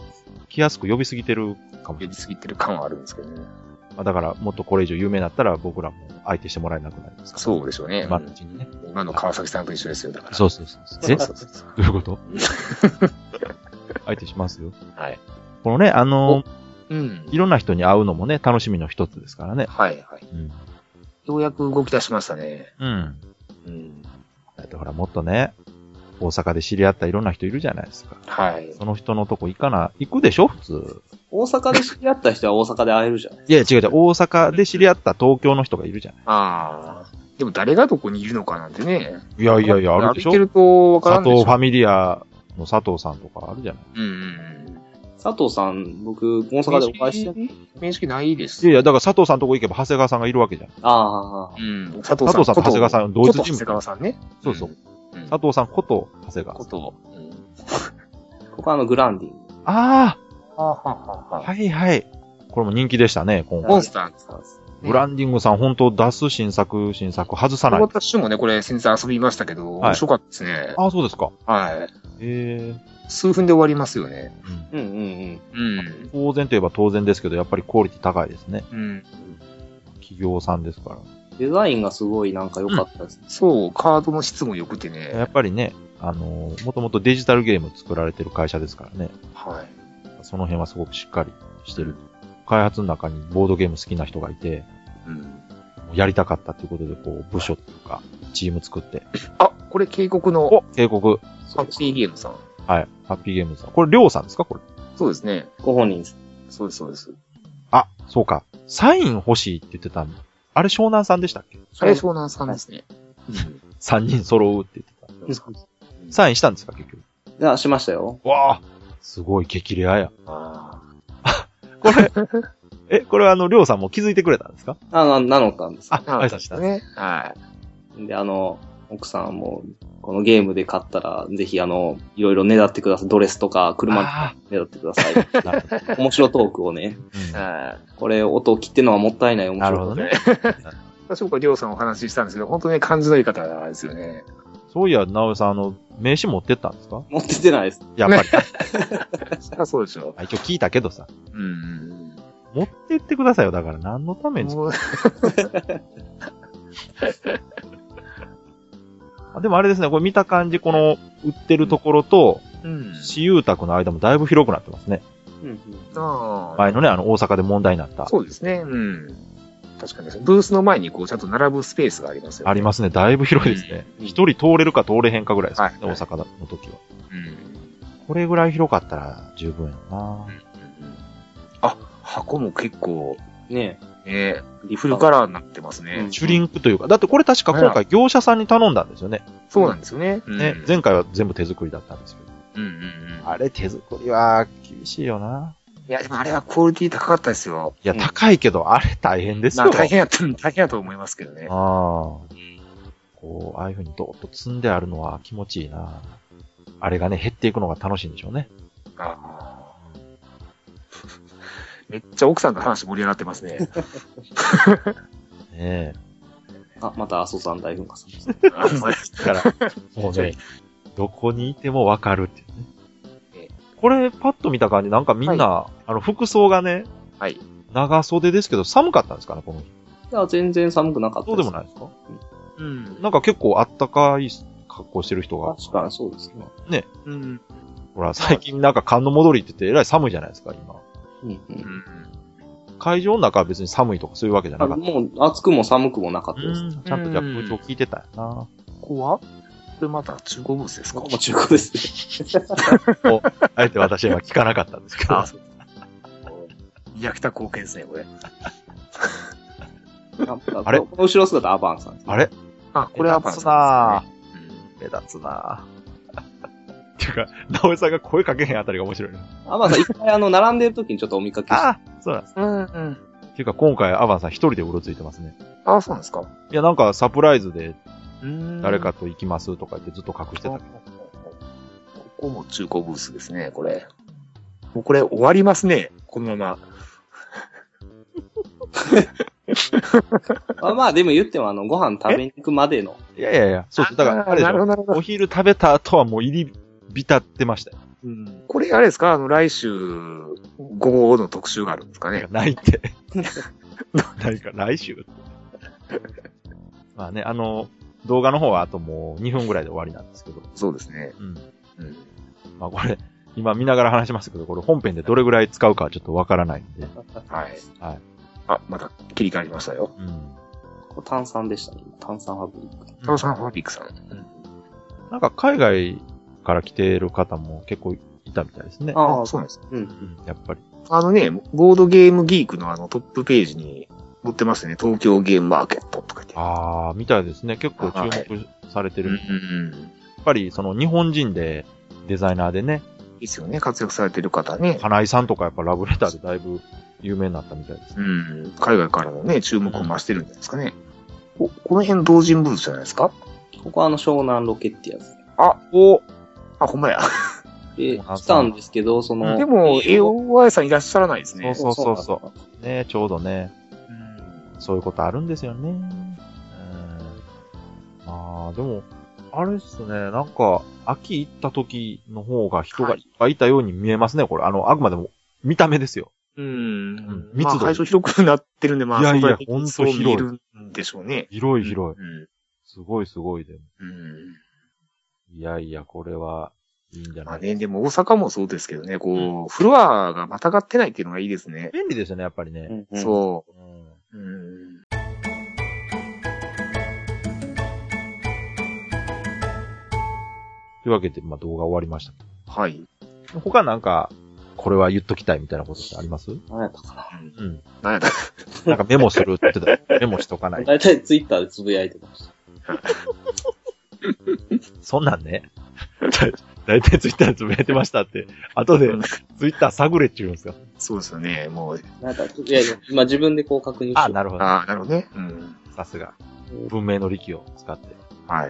Speaker 2: 来やすく呼びすぎてるかも。
Speaker 3: 呼びすぎてる感はあるんですけどね。
Speaker 2: まあ、だから、もっとこれ以上有名になったら僕らも相手してもらえなくなりますから、
Speaker 3: そうでしょうね。
Speaker 2: 今のうちにね。
Speaker 3: 今の川崎さんと一緒ですよ、だから。
Speaker 2: そうそうそう。えどういうこと相手しますよ。
Speaker 3: はい。
Speaker 2: このね、あの、
Speaker 3: うん。
Speaker 2: いろんな人に会うのもね、楽しみの一つですからね。
Speaker 3: はいはい。うん、ようやく動き出しましたね。
Speaker 2: うん。うん。だってほら、もっとね、大阪で知り合ったいろんな人いるじゃないですか。
Speaker 3: はい。
Speaker 2: その人のとこ行かな、行くでしょ普通。
Speaker 4: 大阪で知り合った人は大阪で会えるじゃない
Speaker 2: いや違う違う、大阪で知り合った東京の人がいるじゃない。
Speaker 3: ああ。でも誰がどこにいるのかなんてね。
Speaker 2: いやいやいや、あるでしょ。
Speaker 3: 歩いてるとわからんでしょ。
Speaker 2: 佐藤ファミリアの佐藤さんとかあるじゃない。
Speaker 3: うんうんうん。
Speaker 4: 佐藤さん、僕、大阪でお会いして。
Speaker 3: 面識ないです。
Speaker 2: いやいや、だから佐藤さんとこ行けば長谷川さんがいるわけじゃん。
Speaker 4: ああ。
Speaker 3: うん。
Speaker 2: 佐藤さんと長谷川さん、同一人物。
Speaker 3: 長谷川さんね。
Speaker 2: そうそう。うん、佐藤さんこと長谷川さん。
Speaker 3: こと。うん、
Speaker 4: ここはあの、グランディング。
Speaker 2: あ
Speaker 3: あ。ははは
Speaker 2: はいはい。これも人気でしたね、今回。
Speaker 3: モンスターですか。
Speaker 2: グランディングさん、本当出す新作、新作、外さない。
Speaker 3: 私もね、これ、先日遊びましたけど、面白かったですね。
Speaker 2: ああ、そうですか。
Speaker 3: はい。
Speaker 2: へえ。
Speaker 3: 数分で終わりますよね。
Speaker 4: うん。うんうんうん。
Speaker 3: うん。
Speaker 2: 当然といえば当然ですけど、やっぱりクオリティ高いですね。
Speaker 3: うん。
Speaker 2: 企業さんですから。
Speaker 4: デザインがすごいなんか良かったです、ね
Speaker 3: うん。そう、カードの質も良くてね。
Speaker 2: やっぱりね、あの、もともとデジタルゲーム作られてる会社ですからね。
Speaker 3: はい。
Speaker 2: その辺はすごくしっかりしてる。開発の中にボードゲーム好きな人がいて、うん。やりたかったということで、こう、部署というか、チーム作って。
Speaker 3: あ、これ警告の。
Speaker 2: お、警告。
Speaker 3: ハッピーゲームさん。
Speaker 2: はい。ハッピーゲームさん。これ、りょうさんですかこれ。
Speaker 3: そうですね。
Speaker 4: ご本人です。
Speaker 3: そうです、そうです。
Speaker 2: あ、そうか。サイン欲しいって言ってたんあれ、湘南さんでしたっけ
Speaker 3: あれ、湘南さんですね。
Speaker 2: 三人揃うって言ってた。サインしたんですか結局。
Speaker 4: いや、しましたよ。
Speaker 2: わあすごい激レアや。
Speaker 3: あ
Speaker 2: あ。これ、え、これはあの、りょうさんも気づいてくれたんですか
Speaker 4: あ、な、なのかんです。
Speaker 2: あ、挨拶した
Speaker 3: ね。はい。
Speaker 4: で、あの、奥さんも、このゲームで買ったら、ぜひあの、いろいろねだってください。ドレスとか、車とかねだってください。面白トークをね。うん、これ、音を切ってるのはもったいない面白い。
Speaker 2: なるほどね。
Speaker 3: 私もこれ、りょうさんお話ししたんですけど、本当に感じのいい方ですよね。
Speaker 2: そういや、直江さん、あの、名刺持ってったんですか
Speaker 4: 持ってってないです。
Speaker 2: やっぱり。
Speaker 3: あ、そうでしょ。
Speaker 2: 一応聞いたけどさ。
Speaker 3: うん。
Speaker 2: 持ってってくださいよ。だから何のために。でもあれですね、これ見た感じ、この売ってるところと、私有宅の間もだいぶ広くなってますね。
Speaker 3: うんうん、
Speaker 2: 前のね、あの、大阪で問題になった。
Speaker 3: そうですね。うん。確かに、ブースの前にこう、ちゃんと並ぶスペースがありますよね。
Speaker 2: ありますね。だいぶ広いですね。一、うん、人通れるか通れへんかぐらいですね、はい、大阪の時は。うん。これぐらい広かったら十分やな、うんうん、
Speaker 3: あ、箱も結構、
Speaker 4: ね
Speaker 3: えー、フルカラーになってますね。
Speaker 2: シュリンクというか、だってこれ確か今回業者さんに頼んだんですよね。
Speaker 3: そうなんですよね。
Speaker 2: ね、うん、前回は全部手作りだったんですけど。
Speaker 3: うんうんうん。
Speaker 2: あれ手作りは厳しいよな。
Speaker 3: いや、でもあれはクオリティ高かったですよ。
Speaker 2: いや、高いけど、あれ大変ですよ。ま
Speaker 3: あ大変やった、大変やと思いますけどね。
Speaker 2: ああ。こう、ああいう風にドーッと積んであるのは気持ちいいな。あれがね、減っていくのが楽しいんでしょうね。
Speaker 3: ああ。めっちゃ奥さんと話盛り上がってますね。
Speaker 2: ねえ。
Speaker 4: あ、また阿蘇山大噴火さんです。
Speaker 2: だから、もうね、どこにいてもわかるっていうね。これ、パッと見た感じ、なんかみんな、はい、あの、服装がね、
Speaker 3: はい。
Speaker 2: 長袖ですけど、寒かったんですかね、この日。
Speaker 4: いや、全然寒くなかった
Speaker 2: です。そうでもないですか？
Speaker 3: うん。
Speaker 2: なんか結構あったかい格好してる人が。
Speaker 4: 確かにそうですね。
Speaker 2: ね。
Speaker 3: うん。
Speaker 2: ほら、最近なんか寒の戻りって言って、えらい寒いじゃないですか、今。
Speaker 4: うんうん。
Speaker 2: 会場の中は別に寒いとかそういうわけじゃなかった。
Speaker 4: もう、暑くも寒くもなかったです。
Speaker 2: ちゃんとじゃあ空調聞いてたよな。
Speaker 3: ここはこれまた中古ブースですか？
Speaker 4: もう中古ですね。
Speaker 2: お、あえて私は今聞かなかったんですけど。あ、そう。
Speaker 3: 役田貢献ですね、これ。
Speaker 4: あれこの後ろ姿アバンさんです、
Speaker 2: ね。あれ
Speaker 3: あ、これアバンさん
Speaker 2: ですね。目立つなぁ。っていうか、直江さんが声かけへんあたりが面白いね。
Speaker 4: アバンさん一回あの、並んでる時にちょっとお見かけして。
Speaker 2: あ、そうなんです。うんうん。っていうか今回アバンさん一人でうろついてますね。
Speaker 3: あ、そうなんですか？
Speaker 2: いや、なんかサプライズで、誰かと行きますとか言ってずっと隠してたけど。こ
Speaker 3: こも中古ブースですね、これ。もうこれ終わりますね、このまま。
Speaker 4: まあまあ、でも言ってもあの、ご飯食べに行くまでの。
Speaker 2: いやいやいや、そうです。だから、あれでしょ。お昼食べた後はもう入り浸ってましたよ。
Speaker 3: うん、これあれですかあの、来週、午後の特集があるんですかね？
Speaker 2: ないって。ないか、来週まあね、あの、動画の方はあともうにふんぐらいで終わりなんですけど。
Speaker 3: そうですね。
Speaker 2: うん。うん。まあこれ、今見ながら話しましたけど、これ本編でどれぐらい使うかちょっとわからないんで。
Speaker 3: はい。
Speaker 2: はい。
Speaker 3: あ、また切り替わりましたよ。
Speaker 2: うん。
Speaker 4: これ炭酸でしたね。炭酸ファブリック。
Speaker 3: 炭酸ファブリックさん。うん。
Speaker 2: なんか海外から来てる方も結構いたみたいですね。
Speaker 3: ああ、そうなんですね。
Speaker 2: うん。うん。やっぱり。
Speaker 3: あのね、ボードゲームギークのあのトップページに載ってますね。東京ゲームマーケットとか言って。
Speaker 2: ああ、みたいですね。結構注目されてる。
Speaker 3: はい、うんうん。
Speaker 2: やっぱりその日本人でデザイナーでね。
Speaker 3: いいですよね。活躍されてる方ね。
Speaker 2: 金井さんとかやっぱラブレターでだいぶ有名になったみたいです、
Speaker 3: ね。うん。海外からのね、注目を増してるんじゃないですかね。うん、ここの辺同人ブースじゃないですか？
Speaker 4: ここはあの湘南ロケッティアズ。
Speaker 3: あ、おあ、ほんまや。
Speaker 4: で、来たんですけど、その。
Speaker 3: でも、エーオーワイ さんいらっしゃらないですね。
Speaker 2: そうそうそうそう。ね、ちょうどね。うん。そういうことあるんですよね。うん。まあ、でも、あれっすね、なんか、秋行った時の方が人がいっぱいいたように見えますね、これ。あの、あくまでも見た目ですよ。
Speaker 3: うん。うん、密度。まあ、会場広くなってるんで、まあ、
Speaker 2: いやいや、ほんと広い。
Speaker 3: 見えるんでしょうね。
Speaker 2: 広い広い。
Speaker 3: うん。
Speaker 2: すごいすごいでも。
Speaker 3: うん。
Speaker 2: いやいや、これはいいんじゃないですか。まあ
Speaker 3: ね、でも大阪もそうですけどね、こう、うん、フロアがまたがってないっていうのがいいですね。
Speaker 2: 便利ですよね、やっぱりね。
Speaker 3: うん、そう。うん。
Speaker 2: うんというわけで、まあ、動画終わりました。
Speaker 3: はい。
Speaker 2: 他なんか、これは言っときたいみたいなことってあります？
Speaker 4: 何やったかな。
Speaker 2: うん。
Speaker 3: 何やった
Speaker 2: なんかメモするって言ってた。メモしとかない。
Speaker 4: だいたいツイッターでつぶやいてました。
Speaker 2: そんなんね。だいたいツイッターでつぶやいてましたって、後でツイッター探れって言うんですか？
Speaker 3: そうですよね、もう。
Speaker 4: なんか、いやいや、今自分でこう確認して。
Speaker 2: あ、なるほど。
Speaker 3: あ、なるほどね。うん。
Speaker 2: さすが。文明の力を使って。
Speaker 3: はい。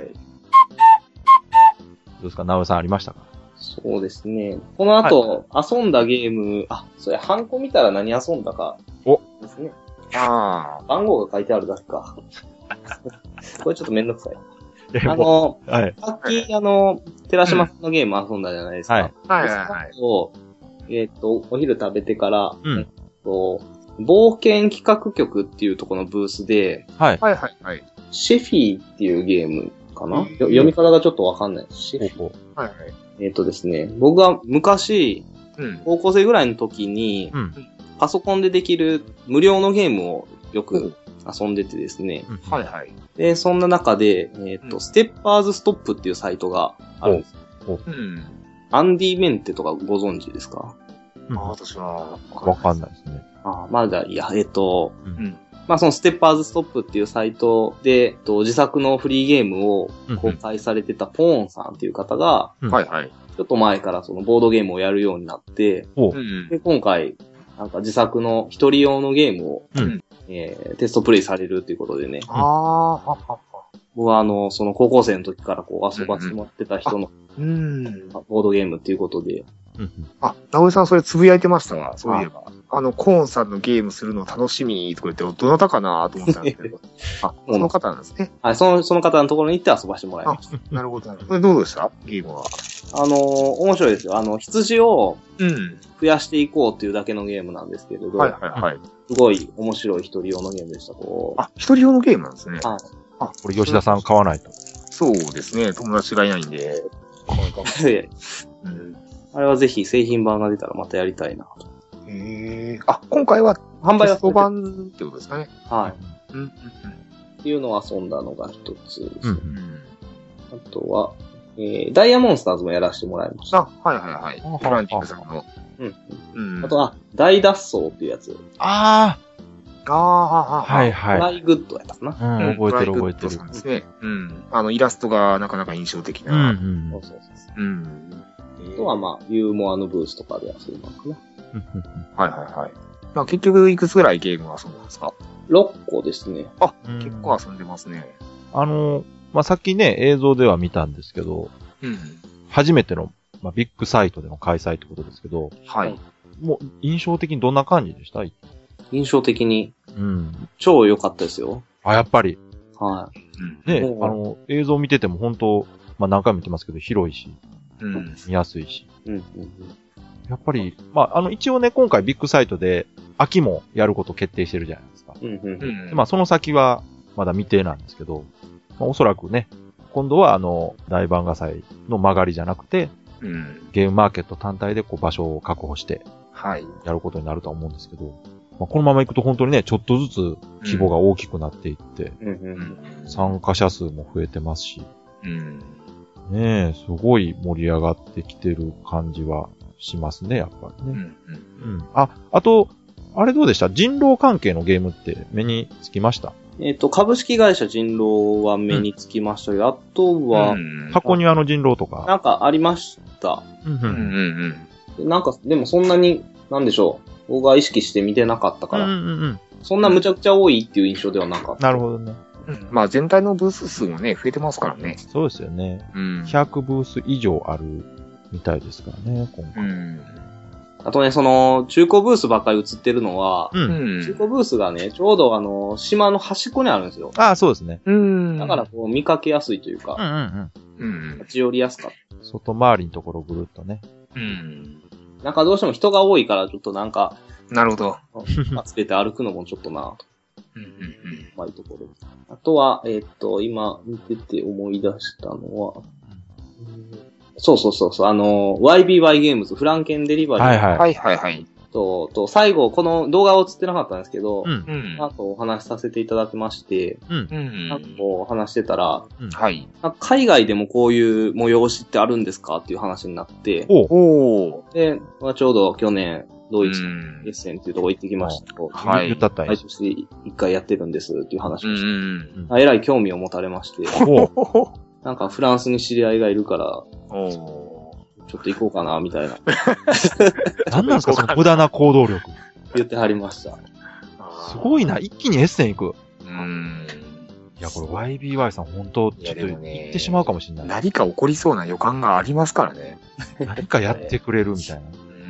Speaker 2: どうですか、直江さんありましたか？
Speaker 4: そうですね。この後、はい、遊んだゲーム、あ、それ、ハンコ見たら何遊んだか。
Speaker 2: お
Speaker 4: ですね。
Speaker 3: ああ。
Speaker 4: 番号が書いてあるだけか。これちょっとめんどくさい。あの、
Speaker 2: はい、
Speaker 4: さっき、あの、寺島さんのゲーム遊んだじゃないですか。
Speaker 2: はい。
Speaker 3: はいはいはい。
Speaker 4: えっと、お昼食べてから、
Speaker 2: うん、
Speaker 4: えっと、冒険企画局っていうところのブースで、
Speaker 2: はい。
Speaker 3: はいはいはい。
Speaker 4: シェフィーっていうゲームかな、読み方がちょっとわかんない。シェフィー。
Speaker 3: はいはい。
Speaker 4: えっとですね、僕が昔、
Speaker 3: うん、
Speaker 4: 高校生ぐらいの時に、
Speaker 2: うん、
Speaker 4: パソコンでできる無料のゲームをよく遊んでてですね。
Speaker 3: うん、はいはい。
Speaker 4: で、そんな中で、えっと、うん、ステッパーズストップっていうサイトがあるんです。
Speaker 3: うん。
Speaker 4: アンディメンテとかご存知ですか？
Speaker 3: うん、あ、私は
Speaker 2: わかんないですね。
Speaker 4: あ、まだ、いや、えっと、
Speaker 3: うん、
Speaker 4: まあ、そのステッパーズストップっていうサイトで、えっと、自作のフリーゲームを公開されてたポーンさんっていう方が、
Speaker 3: うん、はいはい。
Speaker 4: ちょっと前からそのボードゲームをやるようになって、
Speaker 2: うん、
Speaker 4: で、今回、なんか自作の一人用のゲームを、
Speaker 2: うん、
Speaker 4: えー、テストプレイされるということでね。
Speaker 3: ああ、ははは。
Speaker 4: 僕はあの、その高校生の時からこう遊ばせてもらってた人の、
Speaker 3: うん、
Speaker 4: ボードゲームっていうことで。
Speaker 2: うん、
Speaker 3: あ、直江さんそれつぶやいてましたわ、そういえば。 あの、コーンさんのゲームするの楽しみとか言って、どなたかなと思ったんですけど。あ、その方なんですね。
Speaker 4: はい、その、その方のところに行って遊ばしてもらいました。
Speaker 3: なるほど、なるほど。どうでしたゲームは。
Speaker 4: あのー、面白いですよ。あの、羊を、
Speaker 3: うん。
Speaker 4: 増やしていこうっていうだけのゲームなんですけれど。
Speaker 3: はいはいはい。
Speaker 4: すごい面白い一人用のゲームでした。こ
Speaker 3: うあ、一人用のゲームなんですね。
Speaker 4: はい。
Speaker 2: あ、これ吉田さん買わないと。
Speaker 3: そうですね。友達がいないんで。
Speaker 4: うん、あれはぜひ製品版が出たらまたやりたいなと。
Speaker 3: へえ。あ、今回は
Speaker 4: 販売は
Speaker 3: テスト版ってことですかね。
Speaker 4: はい。
Speaker 3: うんうんうん。
Speaker 4: っていうのを遊んだのが一つですね。
Speaker 2: うん、
Speaker 4: あとは、えー、ダイヤモンスターズもやらせてもらいました。
Speaker 3: あ、はいはいはい。フランチックさんの。
Speaker 4: うん。うん。あとは、大脱走っていうやつ。
Speaker 2: あ
Speaker 3: あ。ああ、
Speaker 2: はいはい。
Speaker 4: フライグッドやったかな。
Speaker 2: うん、覚えてる覚えてる。
Speaker 3: そうですね。うん。あの、イラストがなかなか印象的な。
Speaker 2: うんうん。
Speaker 4: そうそうそう。
Speaker 3: うん。
Speaker 4: あとはまあ、ユーモアのブースとかで遊ぶのかな。
Speaker 3: はいはいはい。まあ結局いくつぐらいゲームを遊んだんですか？
Speaker 4: ろっこですね。
Speaker 3: あ、結構遊んでますね。
Speaker 2: あの、まあ、さっきね、映像では見たんですけど、
Speaker 3: うん。
Speaker 2: 初めての、まあ、ビッグサイトでの開催ってことですけど、
Speaker 3: はい。
Speaker 2: もう、印象的にどんな感じでした？
Speaker 4: 印象的に。
Speaker 2: うん。
Speaker 4: 超良かったですよ。
Speaker 2: あ、やっぱり。
Speaker 4: は
Speaker 2: い。ね、あの、映像見てても本当、まあ、何回も見てますけど、広いし、
Speaker 3: うん。
Speaker 2: 見やすいし。
Speaker 4: うんうんうん。
Speaker 2: やっぱり、まあ、あの、一応ね、今回ビッグサイトで、秋もやること決定してるじゃないですか。
Speaker 4: うんうんうん。
Speaker 2: まあ、その先は、まだ未定なんですけど、まあ、おそらくね、今度はあの、大番賀祭の曲がりじゃなくて、
Speaker 3: うん。
Speaker 2: ゲームマーケット単体でこう場所を確保して、
Speaker 3: はい。
Speaker 2: やることになるとは思うんですけど、まあ、このまま行くと本当にね、ちょっとずつ規模が大きくなっていって、
Speaker 4: うんうんうん、
Speaker 2: 参加者数も増えてますし、
Speaker 3: うん、
Speaker 2: ねえ、すごい盛り上がってきてる感じはしますね、やっぱりね。
Speaker 3: うんうん
Speaker 2: うん、あ、あと、あれどうでした？人狼関係のゲームって目につきました？
Speaker 4: えっ、ー、と、株式会社人狼は目につきましたけど、うん、あとは、うん、
Speaker 2: 箱庭の人狼とか。
Speaker 4: なんかありました。
Speaker 2: うんうん
Speaker 3: うん
Speaker 4: うん、なんか、でもそんなに、なんでしょう。僕が意識して見てなかったから、
Speaker 2: うんうんうん、
Speaker 4: そんな無茶苦茶多いっていう印象ではなかった。
Speaker 2: なるほどね。
Speaker 3: うん、まあ全体のブース数もね、増えてますからね。
Speaker 2: そうですよね。
Speaker 3: うん、
Speaker 2: ひゃくブース以上あるみたいですからね、今回。
Speaker 3: うん
Speaker 4: あとね、その、中古ブースばっかり映ってるのは、
Speaker 2: うん、
Speaker 4: 中古ブースがね、ちょうどあの、島の端っこにあるんですよ。
Speaker 2: ああ、そうですね。
Speaker 3: うん。
Speaker 4: だからこう、見かけやすいというか、
Speaker 2: うんうん
Speaker 3: うん。
Speaker 4: 立ち寄りやすかった。
Speaker 2: 外回りのところぐるっとね。
Speaker 3: うん。
Speaker 4: なんかどうしても人が多いから、ちょっとなんか、
Speaker 3: なるほど。
Speaker 4: つけて歩くのもちょっとなと。
Speaker 3: うんうんうん。
Speaker 4: まあいいところ。あとは、えー、っと、今見てて思い出したのは、そうそうそうそう、あの、ワイビーワイ ゲームズ、フランケンデリバリー。
Speaker 2: はいはい。
Speaker 3: はいはいはい。
Speaker 4: と、と、最後、この動画は映ってなかったんですけど、
Speaker 2: うん。
Speaker 4: なんかお話しさせていただきまして、
Speaker 2: うん。
Speaker 4: なんかこう話してたら、
Speaker 2: うん、
Speaker 3: はい。
Speaker 4: なんか海外でもこういう催しってあるんですかっていう話になって、
Speaker 2: お
Speaker 3: お
Speaker 4: で、まあ、ちょうど去年、ドイツ、エッセンっていうところ行ってきましたと。
Speaker 2: はい。言ったったん
Speaker 4: 毎年一回やってるんですっていう話をして、
Speaker 3: うん
Speaker 4: あ、えらい興味を持たれまして、
Speaker 2: お
Speaker 4: なんかフランスに知り合いがいるから、
Speaker 3: お
Speaker 4: ちょっと行こうかな、みたいな。
Speaker 2: 何なんですか、その無駄な行動力。
Speaker 4: 言ってはりました。
Speaker 2: すごいな、一気にエッセン行く。
Speaker 3: うん。
Speaker 2: いや、これ ワイビーワイ さん本当、ちょっと行ってしまうかもしれない。
Speaker 3: 何か起こりそうな予感がありますからね。
Speaker 2: 何かやってくれるみたいな。
Speaker 3: うん。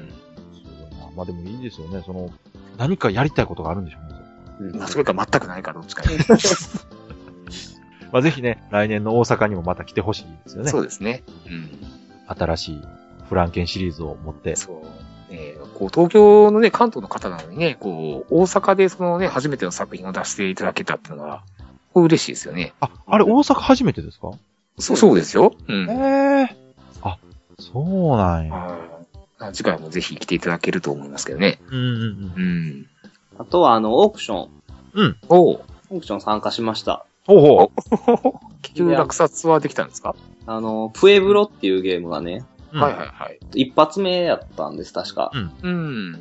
Speaker 2: すごいな。まあでもいいですよね。その、何かやりたいことがあるんでしょうね。
Speaker 3: うん、まあそれか全くないかどっちか。
Speaker 2: まあぜひね、来年の大阪にもまた来てほしいですよね。
Speaker 3: そうですね。うん。
Speaker 2: 新しいフランケンシリーズを持って。
Speaker 3: そう。えー、こう、東京のね、関東の方なのにね、こう、大阪でそのね、初めての作品を出していただけたっていうのは、こう嬉しいですよね。
Speaker 2: あ、あれ大阪初めてですか？
Speaker 3: そう、そうですよ。うん。
Speaker 2: へえ。あ、そうなんや。
Speaker 3: 次回もぜひ来ていただけると思いますけどね。
Speaker 2: うんうんうん。
Speaker 3: うん。
Speaker 4: あとは、あの、オークション。
Speaker 2: うん。
Speaker 3: おう。
Speaker 4: オークション参加しました。
Speaker 2: ほうほ
Speaker 3: う。結局落札はできたんですか？
Speaker 4: あの、プエブロっていうゲームがね、
Speaker 2: うん、
Speaker 3: はいはいはい。
Speaker 4: 一発目やったんです、確か。
Speaker 2: うん。
Speaker 3: うん。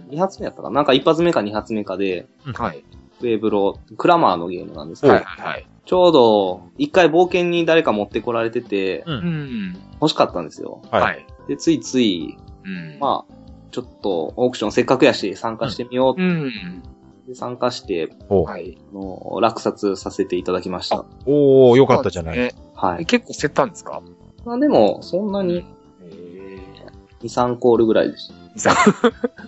Speaker 4: 二発目やったかななんか一発目か二発目かで、
Speaker 2: うん、
Speaker 3: はい。
Speaker 4: プエブロ、クラマーのゲームなんですけど、
Speaker 3: はいはいはい。
Speaker 4: ちょうど、一回冒険に誰か持ってこられてて、
Speaker 2: うん。
Speaker 4: 欲しかったんですよ。
Speaker 2: はい。
Speaker 4: で、ついつい、
Speaker 3: うん、
Speaker 4: まあ、ちょっと、オークションせっかくやし、参加してみよう、
Speaker 3: うん。
Speaker 4: で参加して、
Speaker 3: はい。
Speaker 4: あの、落札させていただきました。
Speaker 2: おー、よかったじゃない。
Speaker 3: ね、
Speaker 4: はい。
Speaker 3: 結構競ったんですか？
Speaker 4: まあでも、そんなに、に、さんコールぐらいでした。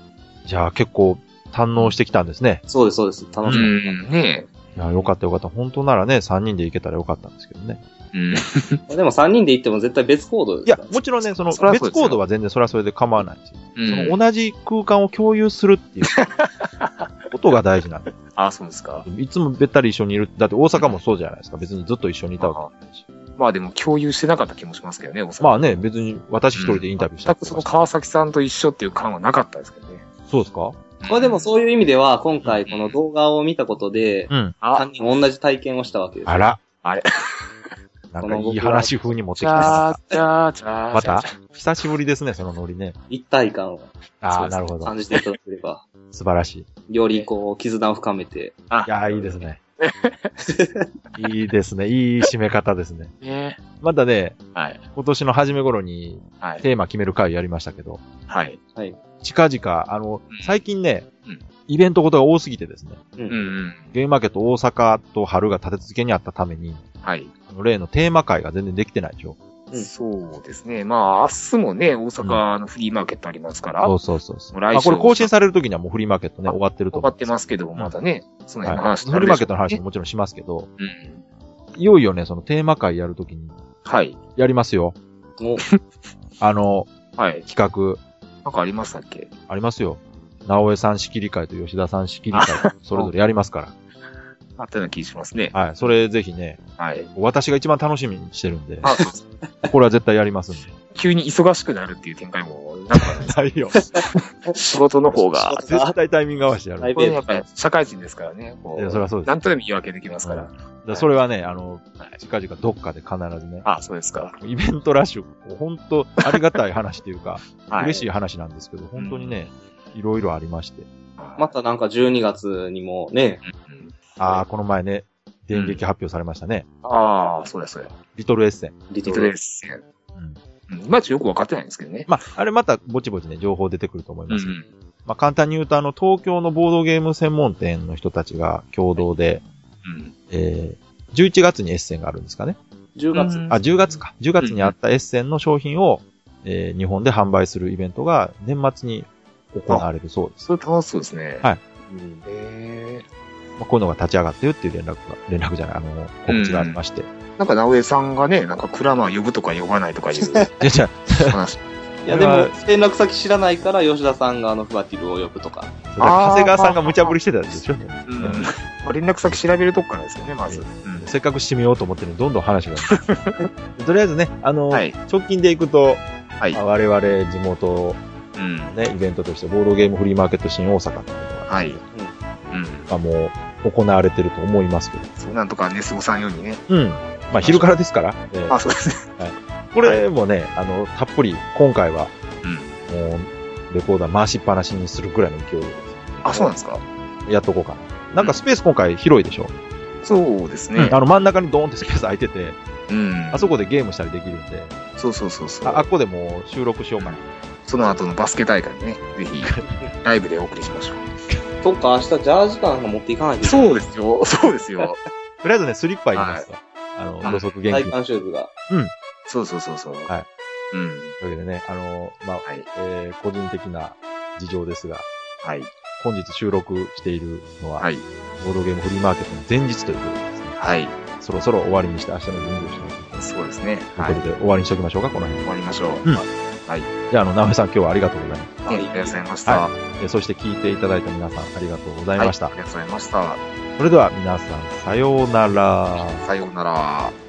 Speaker 2: じゃあ結構堪能してきたんですね。
Speaker 4: そうです、そうです。楽しみ。
Speaker 3: うん、ね
Speaker 2: いや、よかったよかった。本当ならね、さんにんで行けたらよかったんですけどね。
Speaker 3: うん。
Speaker 4: でもさんにんで行っても絶対別行動です
Speaker 2: いや、もちろんね、その
Speaker 3: そらそうですよ
Speaker 2: 別行動は全然それはそれで構わないんですよ。
Speaker 3: うん
Speaker 2: その同じ空間を共有するっていうことが大事なんで。
Speaker 3: あ、そうですか。
Speaker 2: いつもべったり一緒にいる。だって大阪もそうじゃないですか。別にずっと一緒にいたわけじゃないし。
Speaker 3: まあでも共有してなかった気もしますけどね、大阪
Speaker 2: まあね、別に私一人でインタビューした
Speaker 3: 全くその川崎さんと一緒っていう感はなかったですけどね。
Speaker 2: そうですか？
Speaker 4: まあでもそういう意味では、今回この動画を見たことで、
Speaker 2: うん。
Speaker 3: あ
Speaker 4: さんにん同じ体験をしたわけです。
Speaker 2: あら。
Speaker 3: あれ
Speaker 2: なんかいい話風に持ってき
Speaker 3: じ
Speaker 2: ました。
Speaker 3: ゃあ、じゃあ、じゃあ。
Speaker 2: また久しぶりですね、そのノリね。
Speaker 4: 一体感を
Speaker 2: ああ、なるほど。
Speaker 4: 感じていただければ、
Speaker 2: 素晴らしい。
Speaker 4: よりこう、絆を深めて。
Speaker 2: いやー、いいですね。いいですね。いい締め方ですね。
Speaker 3: ね
Speaker 2: またね、
Speaker 3: はい。
Speaker 2: 今年の初め頃に
Speaker 3: はい。
Speaker 2: テーマ決める会やりましたけど、
Speaker 3: はい。
Speaker 4: はい。
Speaker 2: 近々、あの、最近ね、
Speaker 3: うん
Speaker 2: イベントことが多すぎてですね、
Speaker 4: う。
Speaker 3: うんんうん。
Speaker 2: ゲームマーケット大阪と春が立て続けにあったために、
Speaker 3: はい。
Speaker 2: あの例のテーマ会が全然できてないでしょ。
Speaker 4: うん
Speaker 3: そうですね。まあ、明日もね、大阪のフリーマーケットありますから、
Speaker 2: そうそうそうそう。
Speaker 3: 来週
Speaker 2: まあこれ更新される時にはもうフリーマーケットね、終わってると思う。
Speaker 3: 終わってますけど、まだね、その辺の
Speaker 2: はい。
Speaker 3: 話
Speaker 2: フリーマーケットの話
Speaker 3: ね
Speaker 2: ももちろんしますけど、
Speaker 3: うん。
Speaker 2: いよいよね、そのテーマ会やるときに
Speaker 3: はい。
Speaker 2: やりますよ。
Speaker 4: お、
Speaker 2: あの、
Speaker 3: はい。
Speaker 2: 企画、
Speaker 3: なんかありましたっけ？
Speaker 2: ありますよ。直江さん仕切り会と吉田さん仕切り会、それぞれやりますか
Speaker 3: あったような気がしますね。
Speaker 2: ら。はい。それぜひね、
Speaker 3: はい。
Speaker 2: 私が一番楽しみにしてるんで、
Speaker 3: あ、そうです。
Speaker 2: これは絶対やりますんで。
Speaker 3: 急に忙しくなるっていう展開も、なんか、
Speaker 2: ないよ。
Speaker 3: 仕事の方が、
Speaker 2: 絶対タイミング合わせてやる。
Speaker 4: はい
Speaker 3: これやっぱり社会人ですからね。こ
Speaker 2: いやそりゃそうです
Speaker 3: なんとでも言い訳できますから。
Speaker 2: だからそれはね、あの
Speaker 3: はい、
Speaker 2: 近々どっかで必ずね、
Speaker 3: あ、そうですか。
Speaker 2: イベントラッシュ、本当ありがたい話っていうか、
Speaker 3: はい。
Speaker 2: 嬉しい話なんですけど、本当にね、いろいろありまして。
Speaker 4: またなんかじゅうにがつにもね、
Speaker 3: うん
Speaker 2: ああ、この前ね、電撃発表されましたね。
Speaker 3: ああ、そうです、そうです。
Speaker 2: リトルエッセン。
Speaker 4: リト
Speaker 3: リトルエ
Speaker 4: ル
Speaker 3: ッセン。
Speaker 2: うん。
Speaker 3: うん。いまいちよくわかってないんですけどね。
Speaker 2: まあ、あれまたぼちぼちね、情報出てくると思います。
Speaker 3: ん。
Speaker 2: まあ、簡単に言うと、あの、東京のボードゲーム専門店の人たちが共同で、
Speaker 3: うん。
Speaker 2: えー、じゅういちがつにエッセンがあるんですかね。
Speaker 4: じゅうがつ。
Speaker 3: うん
Speaker 2: あ、じゅうがつか。じゅうがつにあったエッセンの商品を、えー、日本で販売するイベントが年末に行われるそうです。
Speaker 3: それ楽しそうですね。
Speaker 2: はい
Speaker 4: うん
Speaker 3: へえ。
Speaker 2: まあ、こういうのが立ち上がってるっていう連絡が、連絡じゃない、あの、告知がありまして。
Speaker 3: なんか、直江さんがね、なんか、クラマー呼ぶとか呼ばないとかいう
Speaker 2: でじゃあ、
Speaker 3: 話。
Speaker 4: いやでも、連絡先知らないから吉田さんがあのフバティルを呼ぶとか。
Speaker 2: それは長谷川さんが無茶ぶりしてたでしょ。
Speaker 3: うん。まあ連絡先調べるとこからですよね、まず。うん。
Speaker 2: せっかくしてみようと思ってるのにどんどん話が。とりあえずね、あの、
Speaker 3: はい
Speaker 2: 直近で行くと、
Speaker 3: はい
Speaker 2: まあ我々地元
Speaker 3: うん。
Speaker 2: ね、イベントとしてボードゲームフリーマーケット新大阪っていうのが、
Speaker 3: はい。うん。
Speaker 2: まあもう行われてると思いますけど。
Speaker 3: そう、なんとかネスゴさんようにね。
Speaker 2: うん。まあ昼からですから。えー
Speaker 3: あ、そうですね。
Speaker 2: これもね、あの、たっぷり今回は、
Speaker 3: うん。
Speaker 2: もう、レコーダー回しっぱなしにするくらいの勢いで
Speaker 3: あ、そうなんですか？
Speaker 2: やっとこうかな。なんかスペース今回広いでしょ。
Speaker 3: そうですね。
Speaker 2: あの真ん中にドーンってスペース空いてて、
Speaker 3: うん。
Speaker 2: あそこでゲームしたりできるんで、
Speaker 3: そうそうそうそう。
Speaker 2: ああっこでもう収録しようかな。
Speaker 3: その後のバスケ大会でね、ぜひ、ライブでお送りしましょう。
Speaker 4: そっか、明日ジャージ感が持っていかないといけない。
Speaker 3: そうですよ。そうですよ。
Speaker 2: とりあえずね、スリッパ入れますと。あの、土足元
Speaker 4: 体
Speaker 2: 気。という
Speaker 4: 感シューズが。
Speaker 3: そうそうそうそう。
Speaker 2: はい。
Speaker 3: うん。
Speaker 2: わけでね、あの、まあ、
Speaker 3: はい。
Speaker 2: えー、個人的な事情ですが、
Speaker 3: はい。
Speaker 2: 本日収録しているのは、
Speaker 3: はい。
Speaker 2: ボードゲームフリーマーケットの前日ということでですね、
Speaker 3: はい。
Speaker 2: そろそろ終わりにして明日の準備をしないといけない。
Speaker 3: そうですね。
Speaker 2: と
Speaker 3: はいいう
Speaker 2: ことで、終わりにしておきましょうか、この辺
Speaker 3: 終。わりましょう。
Speaker 2: うん
Speaker 3: はい。
Speaker 2: じゃあ、あの、直江さん今日はありがとうございます。
Speaker 3: ありがとうございました。
Speaker 2: はえーそして聞いていただいた皆さんありがとうございました。
Speaker 3: はいありがとうございました。
Speaker 2: それでは皆さん、さようなら。
Speaker 3: さようなら。